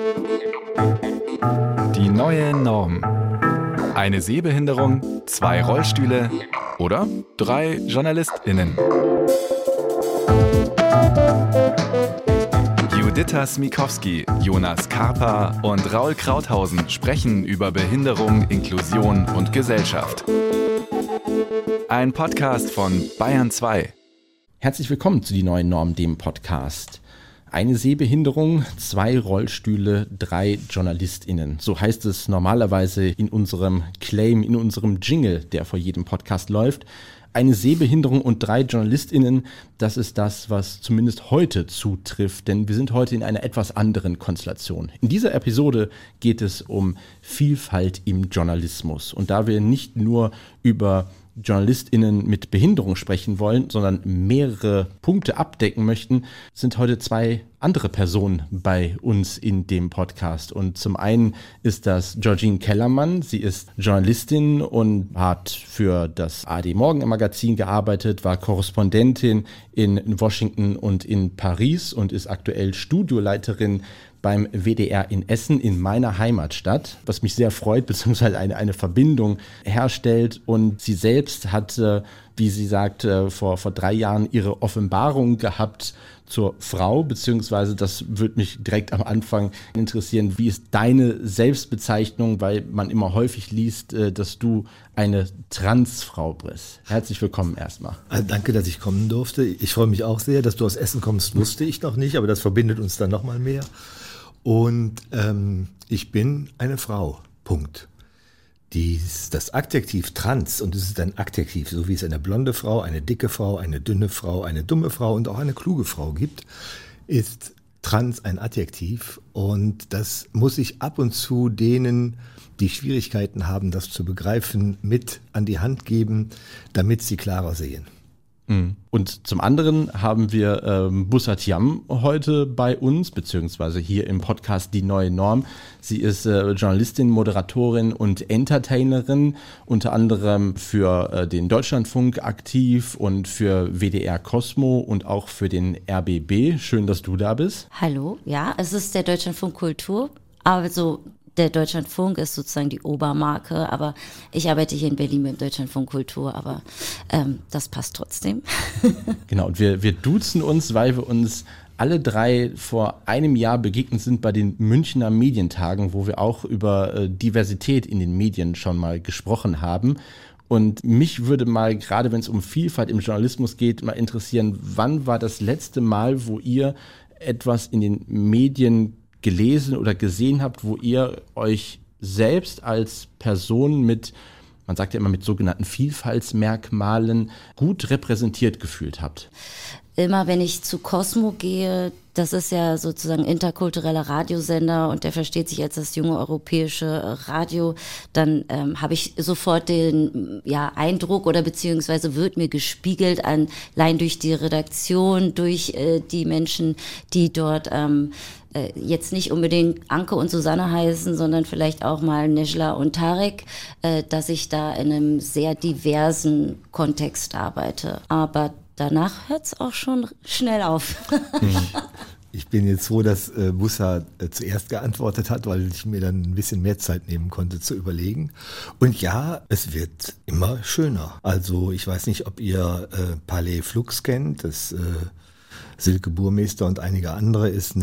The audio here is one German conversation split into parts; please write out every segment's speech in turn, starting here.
Die neue Norm. Eine Sehbehinderung, 2 Rollstühle oder 3 JournalistInnen. Juditha Smikowski, Jonas Karpa und Raul Krauthausen sprechen über Behinderung, Inklusion und Gesellschaft. Ein Podcast von Bayern 2. Herzlich willkommen zu Die neue Norm, dem Podcast. Eine Sehbehinderung, 2 Rollstühle, 3 JournalistInnen. So heißt es normalerweise in unserem Claim, in unserem Jingle, der vor jedem Podcast läuft. Eine Sehbehinderung und 3 JournalistInnen, das ist das, was zumindest heute zutrifft, denn wir sind heute in einer etwas anderen Konstellation. In dieser Episode geht es um Vielfalt im Journalismus. Und da wir nicht nur über JournalistInnen mit Behinderung sprechen wollen, sondern mehrere Punkte abdecken möchten, sind heute 2 andere Personen bei uns in dem Podcast. Und zum einen ist das Georgine Kellermann. Sie ist Journalistin und hat für das ARD Morgenmagazin gearbeitet, war Korrespondentin in Washington und in Paris und ist aktuell Studioleiterin beim WDR in Essen, in meiner Heimatstadt, was mich sehr freut, beziehungsweise eine Verbindung herstellt. Und sie selbst hat, wie sie sagt, vor 3 Jahren ihre Offenbarung gehabt zur Frau, beziehungsweise das würde mich direkt am Anfang interessieren, wie ist deine Selbstbezeichnung, weil man immer häufig liest, dass du eine Transfrau bist. Herzlich willkommen erstmal. Danke, dass ich kommen durfte. Ich freue mich auch sehr, dass du aus Essen kommst, wusste ich noch nicht, aber das verbindet uns dann nochmal mehr. Und ich bin eine Frau, Punkt. Das Adjektiv trans, und es ist ein Adjektiv, so wie es eine blonde Frau, eine dicke Frau, eine dünne Frau, eine dumme Frau und auch eine kluge Frau gibt, ist trans ein Adjektiv. Und das muss ich ab und zu denen, die Schwierigkeiten haben, das zu begreifen, mit an die Hand geben, damit sie klarer sehen. Und zum anderen haben wir Bussard Yam heute bei uns, beziehungsweise hier im Podcast Die neue Norm. Sie ist Journalistin, Moderatorin und Entertainerin, unter anderem für den Deutschlandfunk aktiv und für WDR Cosmo und auch für den RBB. Schön, dass du da bist. Hallo, ja, es ist der Deutschlandfunk Kultur, also der Deutschlandfunk ist sozusagen die Obermarke, aber ich arbeite hier in Berlin beim Deutschlandfunk Kultur, aber das passt trotzdem. Genau, und wir duzen uns, weil wir uns alle 3 vor einem Jahr begegnet sind bei den Münchner Medientagen, wo wir auch über Diversität in den Medien schon mal gesprochen haben. Und mich würde mal, gerade wenn es um Vielfalt im Journalismus geht, mal interessieren, wann war das letzte Mal, wo ihr etwas in den Medien gelesen oder gesehen habt, wo ihr euch selbst als Person mit, man sagt ja immer mit sogenannten Vielfaltsmerkmalen, gut repräsentiert gefühlt habt? Immer wenn ich zu Cosmo gehe, das ist ja sozusagen interkultureller Radiosender und der versteht sich als das junge europäische Radio, dann habe ich sofort den Eindruck oder beziehungsweise wird mir gespiegelt, allein durch die Redaktion, durch die Menschen, die dort jetzt nicht unbedingt Anke und Susanne heißen, sondern vielleicht auch mal Nejla und Tarek, dass ich da in einem sehr diversen Kontext arbeite. Aber danach hört es auch schon schnell auf. Ich bin jetzt froh, dass Bussard zuerst geantwortet hat, weil ich mir dann ein bisschen mehr Zeit nehmen konnte zu überlegen. Und ja, es wird immer schöner. Also ich weiß nicht, ob ihr Palais Flux kennt, das Silke Burmeister und einige andere ist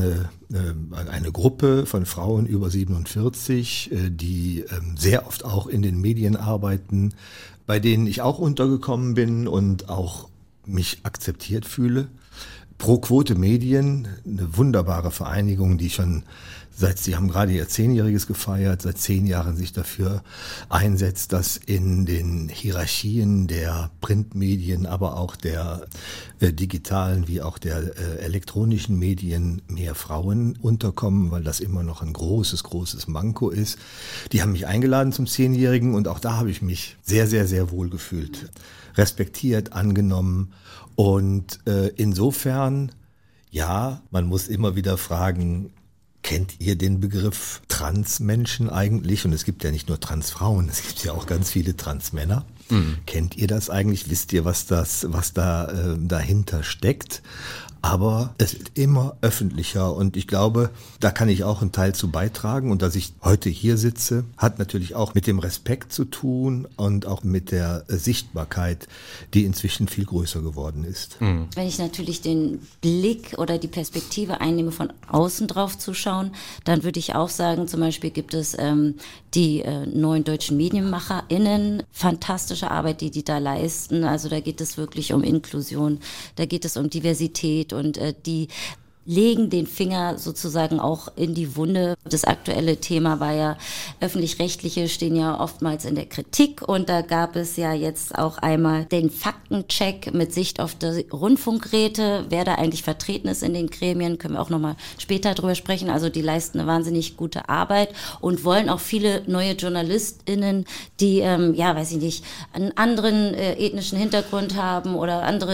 eine Gruppe von Frauen über 47, die sehr oft auch in den Medien arbeiten, bei denen ich auch untergekommen bin und auch mich akzeptiert fühle. Pro Quote Medien, eine wunderbare Vereinigung, die schon sie haben gerade ihr 10-Jähriges gefeiert, seit 10 Jahren sich dafür einsetzt, dass in den Hierarchien der Printmedien, aber auch der digitalen wie auch der elektronischen Medien mehr Frauen unterkommen, weil das immer noch ein großes Manko ist. Die haben mich eingeladen zum 10-Jährigen und auch da habe ich mich sehr, sehr, sehr wohl gefühlt, respektiert, angenommen und insofern, ja, man muss immer wieder fragen, kennt ihr den Begriff Transmenschen eigentlich? Und es gibt ja nicht nur Transfrauen, es gibt ja auch ganz viele Transmänner. Kennt ihr das eigentlich? Wisst ihr, was da dahinter steckt? aber es wird immer öffentlicher und ich glaube, da kann ich auch einen Teil zu beitragen und dass ich heute hier sitze, hat natürlich auch mit dem Respekt zu tun und auch mit der Sichtbarkeit, die inzwischen viel größer geworden ist. Wenn ich natürlich den Blick oder die Perspektive einnehme, von außen drauf zu schauen, dann würde ich auch sagen, zum Beispiel gibt es die neuen deutschen MedienmacherInnen, fantastische Arbeit, die da leisten. Also da geht es wirklich um Inklusion, da geht es um Diversität und die legen den Finger sozusagen auch in die Wunde. Das aktuelle Thema war ja, Öffentlich-Rechtliche stehen ja oftmals in der Kritik und da gab es ja jetzt auch einmal den Faktencheck mit Sicht auf die Rundfunkräte, wer da eigentlich vertreten ist in den Gremien, können wir auch nochmal später drüber sprechen. Also die leisten eine wahnsinnig gute Arbeit und wollen auch viele neue JournalistInnen, die, weiß ich nicht, einen anderen ethnischen Hintergrund haben oder andere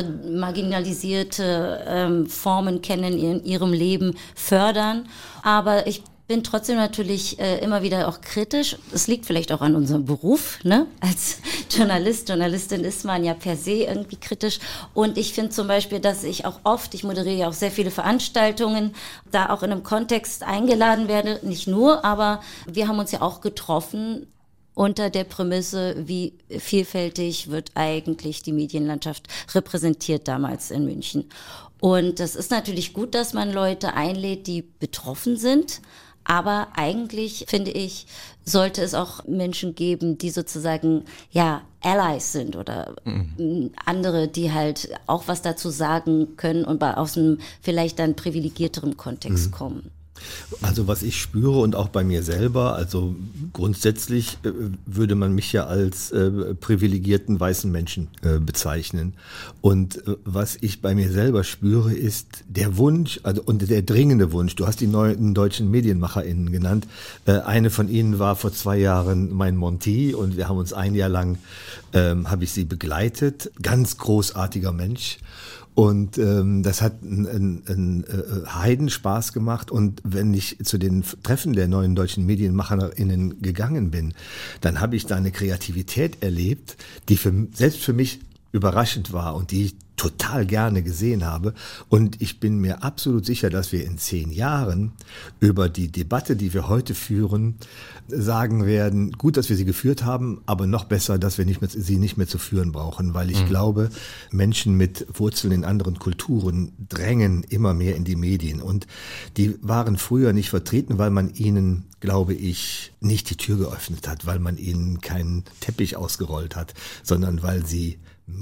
marginalisierte Formen kennen in ihrem Leben fördern. Aber ich bin trotzdem natürlich immer wieder auch kritisch. Es liegt vielleicht auch an unserem Beruf, ne? Als Journalist, Journalistin ist man ja per se irgendwie kritisch. Und ich finde zum Beispiel, dass ich auch oft, ich moderiere ja auch sehr viele Veranstaltungen, da auch in einem Kontext eingeladen werde. Nicht nur, aber wir haben uns ja auch getroffen unter der Prämisse, wie vielfältig wird eigentlich die Medienlandschaft repräsentiert damals in München. Und das ist natürlich gut, dass man Leute einlädt, die betroffen sind. Aber eigentlich, finde ich, sollte es auch Menschen geben, die sozusagen, Allies sind oder andere, die halt auch was dazu sagen können und aus einem vielleicht dann privilegierteren Kontext kommen. Also was ich spüre und auch bei mir selber, also grundsätzlich würde man mich ja als privilegierten weißen Menschen bezeichnen. Und was ich bei mir selber spüre, ist der Wunsch, also und der dringende Wunsch, du hast die neuen deutschen MedienmacherInnen genannt, eine von ihnen war vor 2 Jahren mein Monty und wir haben uns 1 Jahr lang, habe ich sie begleitet, ganz großartiger Mensch. Und das hat einen Heidenspaß gemacht. Und wenn ich zu den Treffen der neuen deutschen MedienmacherInnen gegangen bin, dann habe ich da eine Kreativität erlebt, die selbst für mich überraschend war und die ich total gerne gesehen habe. Und ich bin mir absolut sicher, dass wir in 10 Jahren über die Debatte, die wir heute führen, sagen werden, gut, dass wir sie geführt haben, aber noch besser, dass wir sie nicht mehr zu führen brauchen, weil ich glaube, Menschen mit Wurzeln in anderen Kulturen drängen immer mehr in die Medien und die waren früher nicht vertreten, weil man ihnen, glaube ich, nicht die Tür geöffnet hat, weil man ihnen keinen Teppich ausgerollt hat, sondern weil sie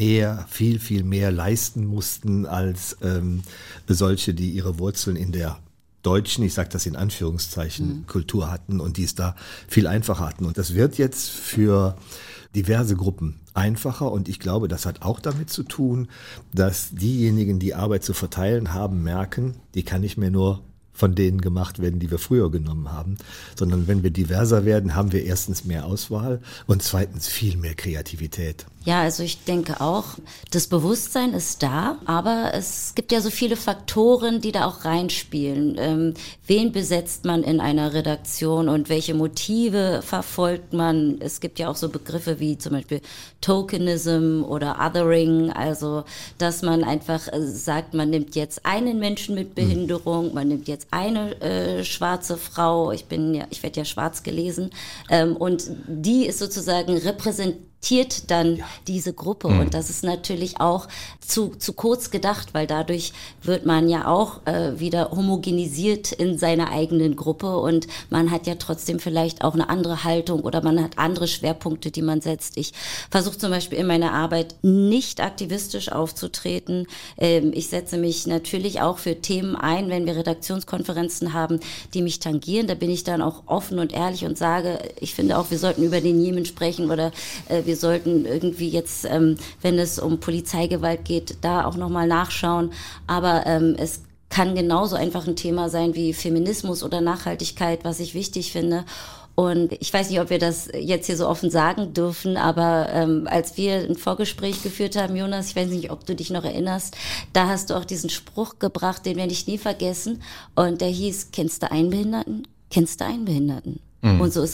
viel mehr leisten mussten als solche, die ihre Wurzeln in der deutschen, ich sage das in Anführungszeichen, Kultur hatten und die es da viel einfacher hatten. Und das wird jetzt für diverse Gruppen einfacher und ich glaube, das hat auch damit zu tun, dass diejenigen, die Arbeit zu verteilen haben, merken, die kann nicht mehr nur von denen gemacht werden, die wir früher genommen haben, sondern wenn wir diverser werden, haben wir erstens mehr Auswahl und zweitens viel mehr Kreativität. Ja, also ich denke auch, das Bewusstsein ist da, aber es gibt ja so viele Faktoren, die da auch reinspielen. Wen besetzt man in einer Redaktion und welche Motive verfolgt man? Es gibt ja auch so Begriffe wie zum Beispiel Tokenism oder Othering, also dass man einfach sagt, man nimmt jetzt einen Menschen mit Behinderung, man nimmt jetzt eine schwarze Frau, ich werde ja schwarz gelesen, und die ist sozusagen repräsentiert dann diese Gruppe. Und das ist natürlich auch zu kurz gedacht, weil dadurch wird man ja auch wieder homogenisiert in seiner eigenen Gruppe und man hat ja trotzdem vielleicht auch eine andere Haltung oder man hat andere Schwerpunkte, die man setzt. Ich versuche zum Beispiel in meiner Arbeit nicht aktivistisch aufzutreten. Ich setze mich natürlich auch für Themen ein, wenn wir Redaktionskonferenzen haben, die mich tangieren. Da bin ich dann auch offen und ehrlich und sage, ich finde auch, wir sollten über den Jemen sprechen oder wir sollten irgendwie jetzt, wenn es um Polizeigewalt geht, da auch nochmal nachschauen. Aber es kann genauso einfach ein Thema sein wie Feminismus oder Nachhaltigkeit, was ich wichtig finde. Und ich weiß nicht, ob wir das jetzt hier so offen sagen dürfen, aber als wir ein Vorgespräch geführt haben, Jonas, ich weiß nicht, ob du dich noch erinnerst, da hast du auch diesen Spruch gebracht, den werde ich nie vergessen. Und der hieß, kennst du einen Behinderten? Kennst du einen Behinderten? Und so ist es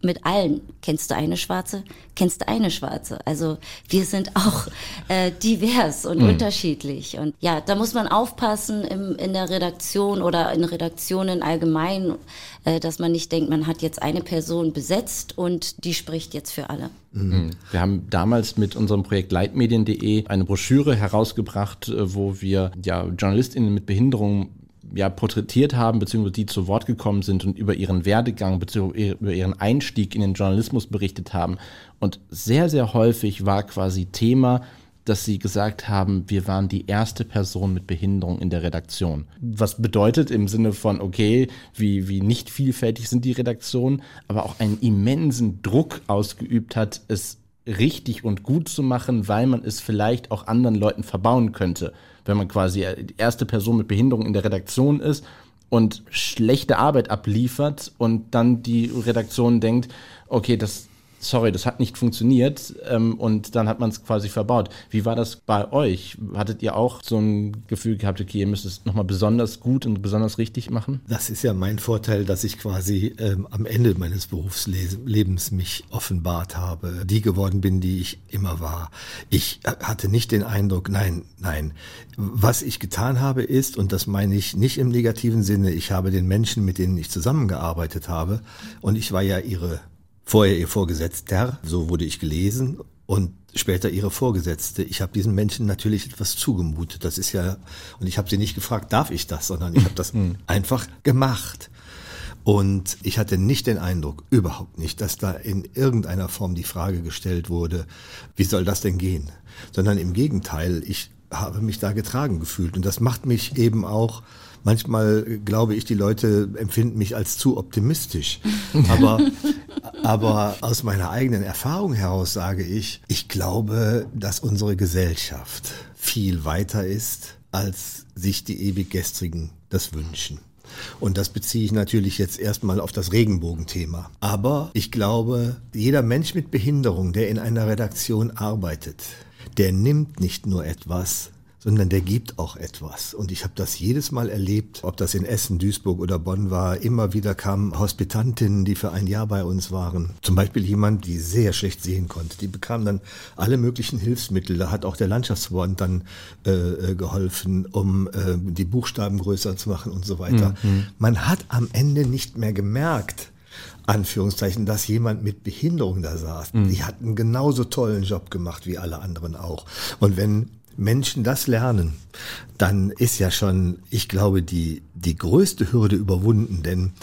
mit allen. Kennst du eine Schwarze? Kennst du eine Schwarze? Also wir sind auch divers und unterschiedlich. Und ja, da muss man aufpassen in der Redaktion oder in Redaktionen allgemein, dass man nicht denkt, man hat jetzt eine Person besetzt und die spricht jetzt für alle. Wir haben damals mit unserem Projekt leitmedien.de eine Broschüre herausgebracht, wo wir JournalistInnen mit Behinderungen porträtiert haben, beziehungsweise die zu Wort gekommen sind und über ihren Werdegang, beziehungsweise über ihren Einstieg in den Journalismus berichtet haben. Und sehr, sehr häufig war quasi Thema, dass sie gesagt haben, wir waren die erste Person mit Behinderung in der Redaktion. Was bedeutet im Sinne von, okay, wie nicht vielfältig sind die Redaktionen, aber auch einen immensen Druck ausgeübt hat, es richtig und gut zu machen, weil man es vielleicht auch anderen Leuten verbauen könnte. Wenn man quasi die erste Person mit Behinderung in der Redaktion ist und schlechte Arbeit abliefert und dann die Redaktion denkt, okay, das hat nicht funktioniert, und dann hat man es quasi verbaut. Wie war das bei euch? Hattet ihr auch so ein Gefühl gehabt, okay, ihr müsst es nochmal besonders gut und besonders richtig machen? Das ist ja mein Vorteil, dass ich quasi am Ende meines Berufslebens mich offenbart habe, die geworden bin, die ich immer war. Ich hatte nicht den Eindruck, nein. Was ich getan habe ist, und das meine ich nicht im negativen Sinne, ich habe den Menschen, mit denen ich zusammengearbeitet habe, und ich war ja vorher ihr Vorgesetzter, so wurde ich gelesen, und später ihre Vorgesetzte. Ich habe diesen Menschen natürlich etwas zugemutet. Das ist ja, und ich habe sie nicht gefragt, darf ich das, sondern ich habe das einfach gemacht. Und ich hatte nicht den Eindruck, überhaupt nicht, dass da in irgendeiner Form die Frage gestellt wurde, wie soll das denn gehen? Sondern im Gegenteil, ich habe mich da getragen gefühlt. Und das macht mich eben auch, manchmal glaube ich, die Leute empfinden mich als zu optimistisch. Aber aus meiner eigenen Erfahrung heraus sage ich glaube, dass unsere Gesellschaft viel weiter ist, als sich die Ewiggestrigen das wünschen. Und das beziehe ich natürlich jetzt erstmal auf das Regenbogenthema. Aber ich glaube, jeder Mensch mit Behinderung, der in einer Redaktion arbeitet, der nimmt nicht nur etwas, sondern der gibt auch etwas. Und ich habe das jedes Mal erlebt, ob das in Essen, Duisburg oder Bonn war. Immer wieder kamen Hospitantinnen, die für ein Jahr bei uns waren. Zum Beispiel jemand, die sehr schlecht sehen konnte. Die bekam dann alle möglichen Hilfsmittel. Da hat auch der Landschaftsverband dann geholfen, um die Buchstaben größer zu machen und so weiter. Man hat am Ende nicht mehr gemerkt, Anführungszeichen, dass jemand mit Behinderung da saß. Die hatten einen genauso tollen Job gemacht wie alle anderen auch. Und wenn Menschen das lernen, dann ist ja schon, ich glaube, die größte Hürde überwunden. Denn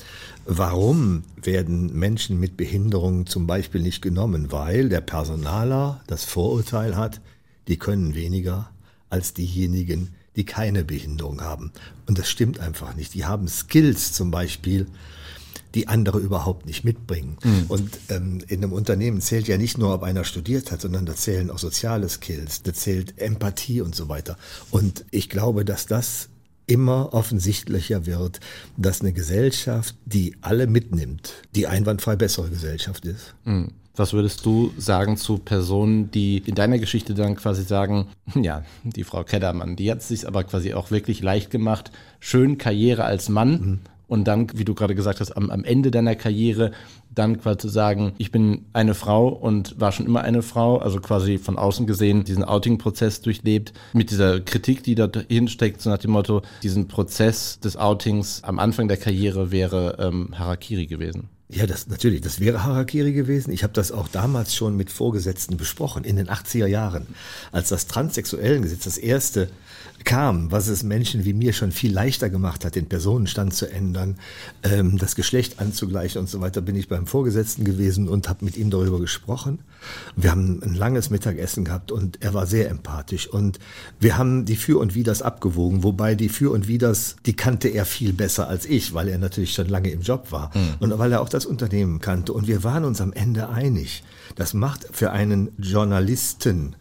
warum werden Menschen mit Behinderung zum Beispiel nicht genommen? Weil der Personaler das Vorurteil hat, die können weniger als diejenigen, die keine Behinderung haben. Und das stimmt einfach nicht. Die haben Skills zum Beispiel, die andere überhaupt nicht mitbringen. Und in einem Unternehmen zählt ja nicht nur, ob einer studiert hat, sondern da zählen auch soziale Skills, da zählt Empathie und so weiter. Und ich glaube, dass das immer offensichtlicher wird, dass eine Gesellschaft, die alle mitnimmt, die einwandfrei bessere Gesellschaft ist. Was würdest du sagen zu Personen, die in deiner Geschichte dann quasi sagen, ja, die Frau Keddermann, die hat es sich aber quasi auch wirklich leicht gemacht, schön Karriere als Mann, und dann, wie du gerade gesagt hast, am Ende deiner Karriere dann quasi zu sagen, ich bin eine Frau und war schon immer eine Frau, also quasi von außen gesehen diesen Outing-Prozess durchlebt, mit dieser Kritik, die da hinsteckt, so nach dem Motto, diesen Prozess des Outings am Anfang der Karriere wäre Harakiri gewesen. Ja, das wäre Harakiri gewesen. Ich habe das auch damals schon mit Vorgesetzten besprochen, in den 80er Jahren, als das Transsexuellengesetz, das erste kam, was es Menschen wie mir schon viel leichter gemacht hat, den Personenstand zu ändern, das Geschlecht anzugleichen und so weiter, bin ich beim Vorgesetzten gewesen und habe mit ihm darüber gesprochen. Wir haben ein langes Mittagessen gehabt und er war sehr empathisch und wir haben die Für und Widers abgewogen, wobei die Für und Widers, die kannte er viel besser als ich, weil er natürlich schon lange im Job war und weil er auch das Unternehmen kannte und wir waren uns am Ende einig. Das macht für einen Journalisten,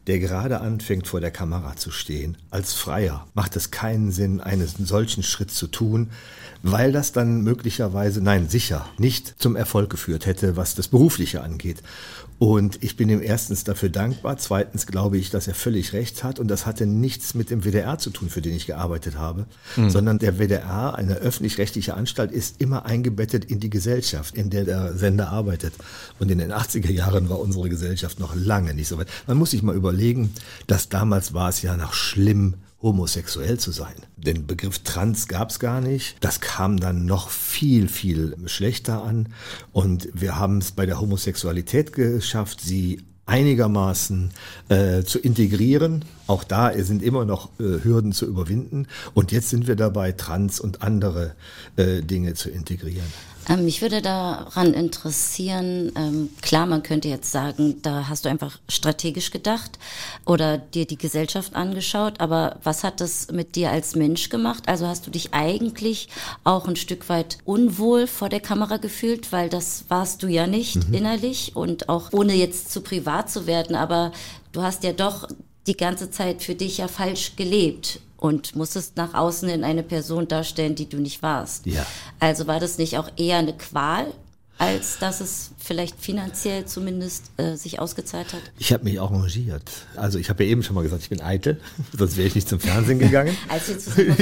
der gerade anfängt, vor der Kamera zu stehen, als Freier, macht es keinen Sinn, einen solchen Schritt zu tun, weil das dann möglicherweise, nein, sicher, nicht zum Erfolg geführt hätte, was das Berufliche angeht. Und ich bin ihm erstens dafür dankbar, zweitens glaube ich, dass er völlig recht hat und das hatte nichts mit dem WDR zu tun, für den ich gearbeitet habe, sondern der WDR, eine öffentlich-rechtliche Anstalt, ist immer eingebettet in die Gesellschaft, in der der Sender arbeitet. Und in den 80er Jahren war unsere Gesellschaft noch lange nicht so weit. Man muss sich mal überlegen, dass damals war es ja noch schlimm, homosexuell zu sein. Den Begriff Trans gab es gar nicht. Das kam dann noch viel, viel schlechter an. Und wir haben es bei der Homosexualität geschafft, sie einigermaßen zu integrieren. Auch da sind immer noch Hürden zu überwinden. Und jetzt sind wir dabei, Trans und andere Dinge zu integrieren. Mich würde daran interessieren, klar, man könnte jetzt sagen, da hast du einfach strategisch gedacht oder dir die Gesellschaft angeschaut, aber was hat das mit dir als Mensch gemacht? Also hast du dich eigentlich auch ein Stück weit unwohl vor der Kamera gefühlt, weil das warst du ja nicht innerlich und auch ohne jetzt zu privat zu werden, aber du hast ja doch die ganze Zeit für dich ja falsch gelebt. Und musstest nach außen in eine Person darstellen, die du nicht warst. Ja. Also war das nicht auch eher eine Qual, als dass es vielleicht finanziell zumindest sich ausgezahlt hat? Ich habe mich auch engagiert. Also ich habe ja eben schon mal gesagt, ich bin eitel, sonst wäre ich nicht zum Fernsehen gegangen. Als wir zusammen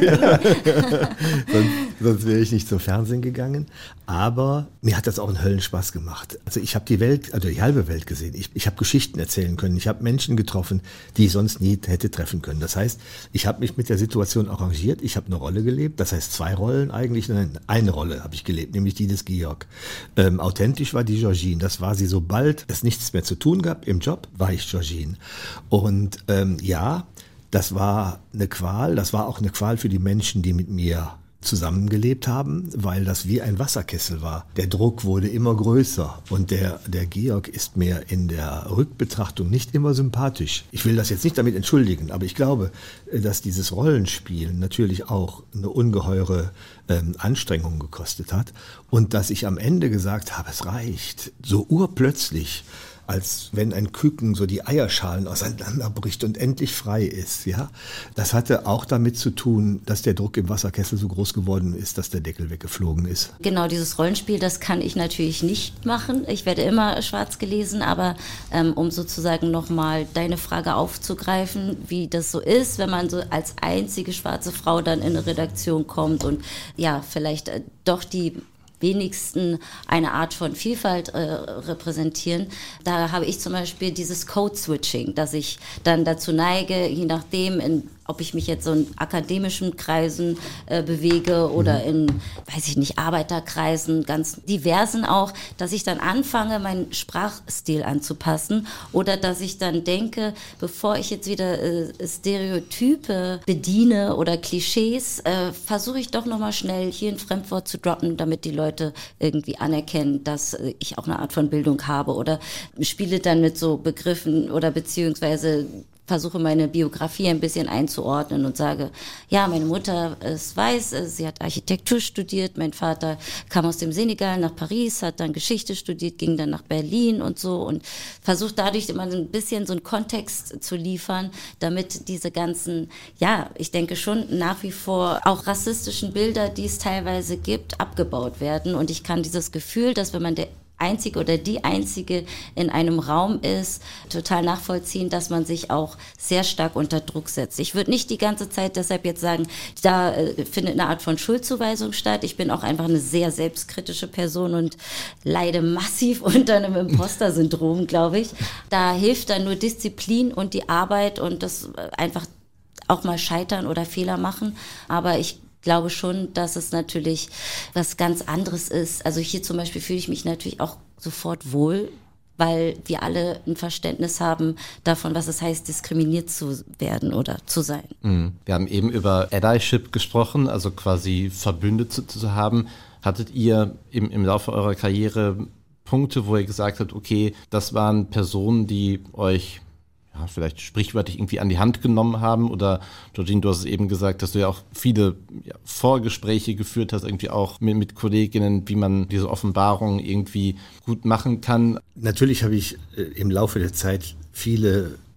sonst wäre ich nicht zum Fernsehen gegangen. Aber mir hat das auch einen Höllenspaß gemacht. Also ich habe die Welt, also die halbe Welt gesehen. Ich habe Geschichten erzählen können. Ich habe Menschen getroffen, die ich sonst nie hätte treffen können. Das heißt, ich habe mich mit der Situation arrangiert. Ich habe eine Rolle gelebt. Das heißt 2 Rollen eigentlich. Nein, eine Rolle habe ich gelebt, nämlich die des Georg. Authentisch war die Georgine. Das war sie, sobald es nichts mehr zu tun gab im Job, war ich Georgine. Und ja, das war eine Qual. Das war auch eine Qual für die Menschen, die mit mir zusammengelebt haben, weil das wie ein Wasserkessel war. Der Druck wurde immer größer und der Georg ist mir in der Rückbetrachtung nicht immer sympathisch. Ich will das jetzt nicht damit entschuldigen, aber ich glaube, dass dieses Rollenspiel natürlich auch eine ungeheure Anstrengung gekostet hat und dass ich am Ende gesagt habe, es reicht. So urplötzlich, als wenn ein Küken so die Eierschalen auseinanderbricht und endlich frei ist. Ja, das hatte auch damit zu tun, dass der Druck im Wasserkessel so groß geworden ist, dass der Deckel weggeflogen ist. Genau, dieses Rollenspiel, das kann ich natürlich nicht machen. Ich werde immer schwarz gelesen, aber um sozusagen nochmal deine Frage aufzugreifen, wie das so ist, wenn man so als einzige schwarze Frau dann in eine Redaktion kommt und ja, vielleicht doch die wenigsten eine Art von Vielfalt repräsentieren. Da habe ich zum Beispiel dieses Code-Switching, dass ich dann dazu neige, je nachdem, ob ich mich jetzt so in akademischen Kreisen bewege oder in, weiß ich nicht, Arbeiterkreisen, ganz diversen auch, dass ich dann anfange, meinen Sprachstil anzupassen oder dass ich dann denke, bevor ich jetzt wieder Stereotype bediene oder Klischees, versuche ich doch nochmal schnell hier ein Fremdwort zu droppen, damit die Leute irgendwie anerkennen, dass ich auch eine Art von Bildung habe oder spiele dann mit so Begriffen oder beziehungsweise versuche meine Biografie ein bisschen einzuordnen und sage, ja, meine Mutter ist weiß, sie hat Architektur studiert, mein Vater kam aus dem Senegal nach Paris, hat dann Geschichte studiert, ging dann nach Berlin und so und versucht dadurch immer ein bisschen so einen Kontext zu liefern, damit diese ganzen, ja, ich denke schon nach wie vor auch rassistischen Bilder, die es teilweise gibt, abgebaut werden und ich kann dieses Gefühl, dass wenn man der Einzige oder die Einzige in einem Raum ist, total nachvollziehen, dass man sich auch sehr stark unter Druck setzt. Ich würde nicht die ganze Zeit deshalb jetzt sagen, da findet eine Art von Schuldzuweisung statt. Ich bin auch einfach eine sehr selbstkritische Person und leide massiv unter einem Imposter-Syndrom, glaube ich. Da hilft dann nur Disziplin und die Arbeit und das einfach auch mal scheitern oder Fehler machen. Aber ich glaube schon, dass es natürlich was ganz anderes ist. Also hier zum Beispiel fühle ich mich natürlich auch sofort wohl, weil wir alle ein Verständnis haben davon, was es heißt, diskriminiert zu werden oder zu sein. Wir haben eben über Allyship gesprochen, also quasi Verbündete zu haben. Hattet ihr im Laufe eurer Karriere Punkte, wo ihr gesagt habt, okay, das waren Personen, die euch ja, vielleicht sprichwörtlich irgendwie an die Hand genommen haben oder Georgine, du hast es eben gesagt, dass du ja auch viele Vorgespräche geführt hast, irgendwie auch mit Kolleginnen, wie man diese Offenbarung irgendwie gut machen kann. Natürlich habe ich im Laufe der Zeit viele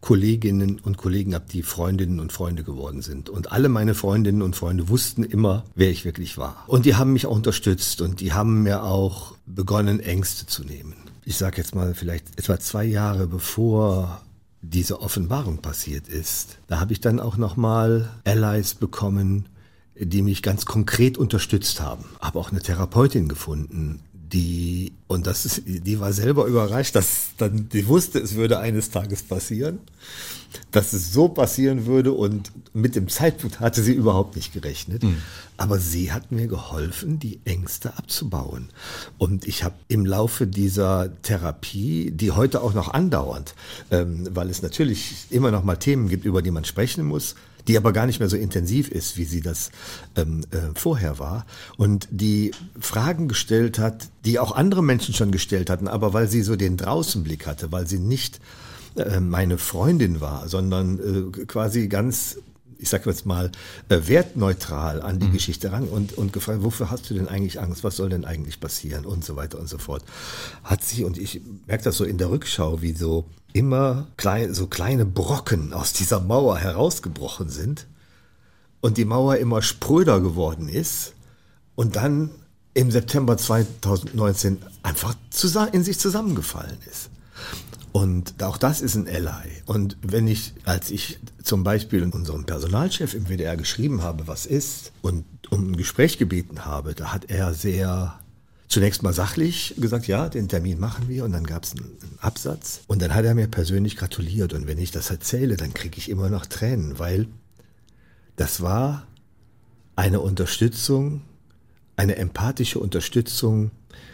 Kolleginnen und Kollegen habe, die Freundinnen und Freunde geworden sind. Und alle meine Freundinnen und Freunde wussten immer, wer ich wirklich war. Und die haben mich auch unterstützt und die haben mir auch begonnen, Ängste zu nehmen. Ich sage jetzt mal vielleicht etwa 2 Jahre bevor diese Offenbarung passiert ist, da habe ich dann auch nochmal Allies bekommen, die mich ganz konkret unterstützt haben. Habe auch eine Therapeutin gefunden, die war selber überrascht, die wusste, es würde eines Tages passieren, dass es so passieren würde und mit dem Zeitpunkt hatte sie überhaupt nicht gerechnet. Aber sie hat mir geholfen, die Ängste abzubauen. Und ich habe im Laufe dieser Therapie, die heute auch noch andauert, weil es natürlich immer noch mal Themen gibt, über die man sprechen muss, die aber gar nicht mehr so intensiv ist, wie sie das vorher war und die Fragen gestellt hat, die auch andere Menschen schon gestellt hatten, aber weil sie so den Draußenblick hatte, weil sie nicht meine Freundin war, sondern quasi ganz, ich sag jetzt mal, wertneutral an die Geschichte ran und gefragt, wofür hast du denn eigentlich Angst, was soll denn eigentlich passieren und so weiter und so fort. Hat sie, und ich merke das so in der Rückschau, wie so immer kleine Brocken aus dieser Mauer herausgebrochen sind und die Mauer immer spröder geworden ist und dann im September 2019 einfach in sich zusammengefallen ist. Und auch das ist ein Ally. Und als ich zum Beispiel unserem Personalchef im WDR geschrieben habe, was ist, und um ein Gespräch gebeten habe, da hat er zunächst mal sachlich gesagt, ja, den Termin machen wir, und dann gab es einen Absatz. Und dann hat er mir persönlich gratuliert. Und wenn ich das erzähle, dann kriege ich immer noch Tränen, weil das war eine Unterstützung, eine empathische Unterstützung,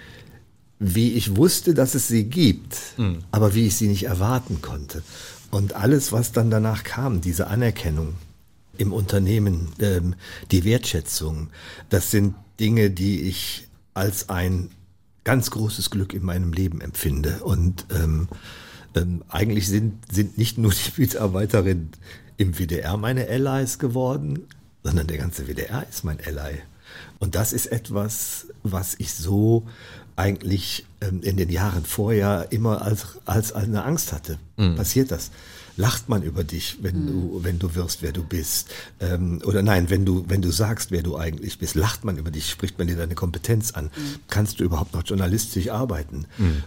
wie ich wusste, dass es sie gibt, aber wie ich sie nicht erwarten konnte. Und alles, was dann danach kam, diese Anerkennung im Unternehmen, die Wertschätzung, das sind Dinge, die ich als ein ganz großes Glück in meinem Leben empfinde. Und eigentlich sind nicht nur die Mitarbeiterinnen im WDR meine Allies geworden, sondern der ganze WDR ist mein Ally. Und das ist etwas, was ich so eigentlich in den Jahren vorher immer als eine Angst hatte. Passiert das? Lacht man über dich, wenn du wirst, wer du bist? Oder nein, wenn du sagst, wer du eigentlich bist, lacht man über dich, spricht man dir deine Kompetenz an? Kannst du überhaupt noch journalistisch arbeiten?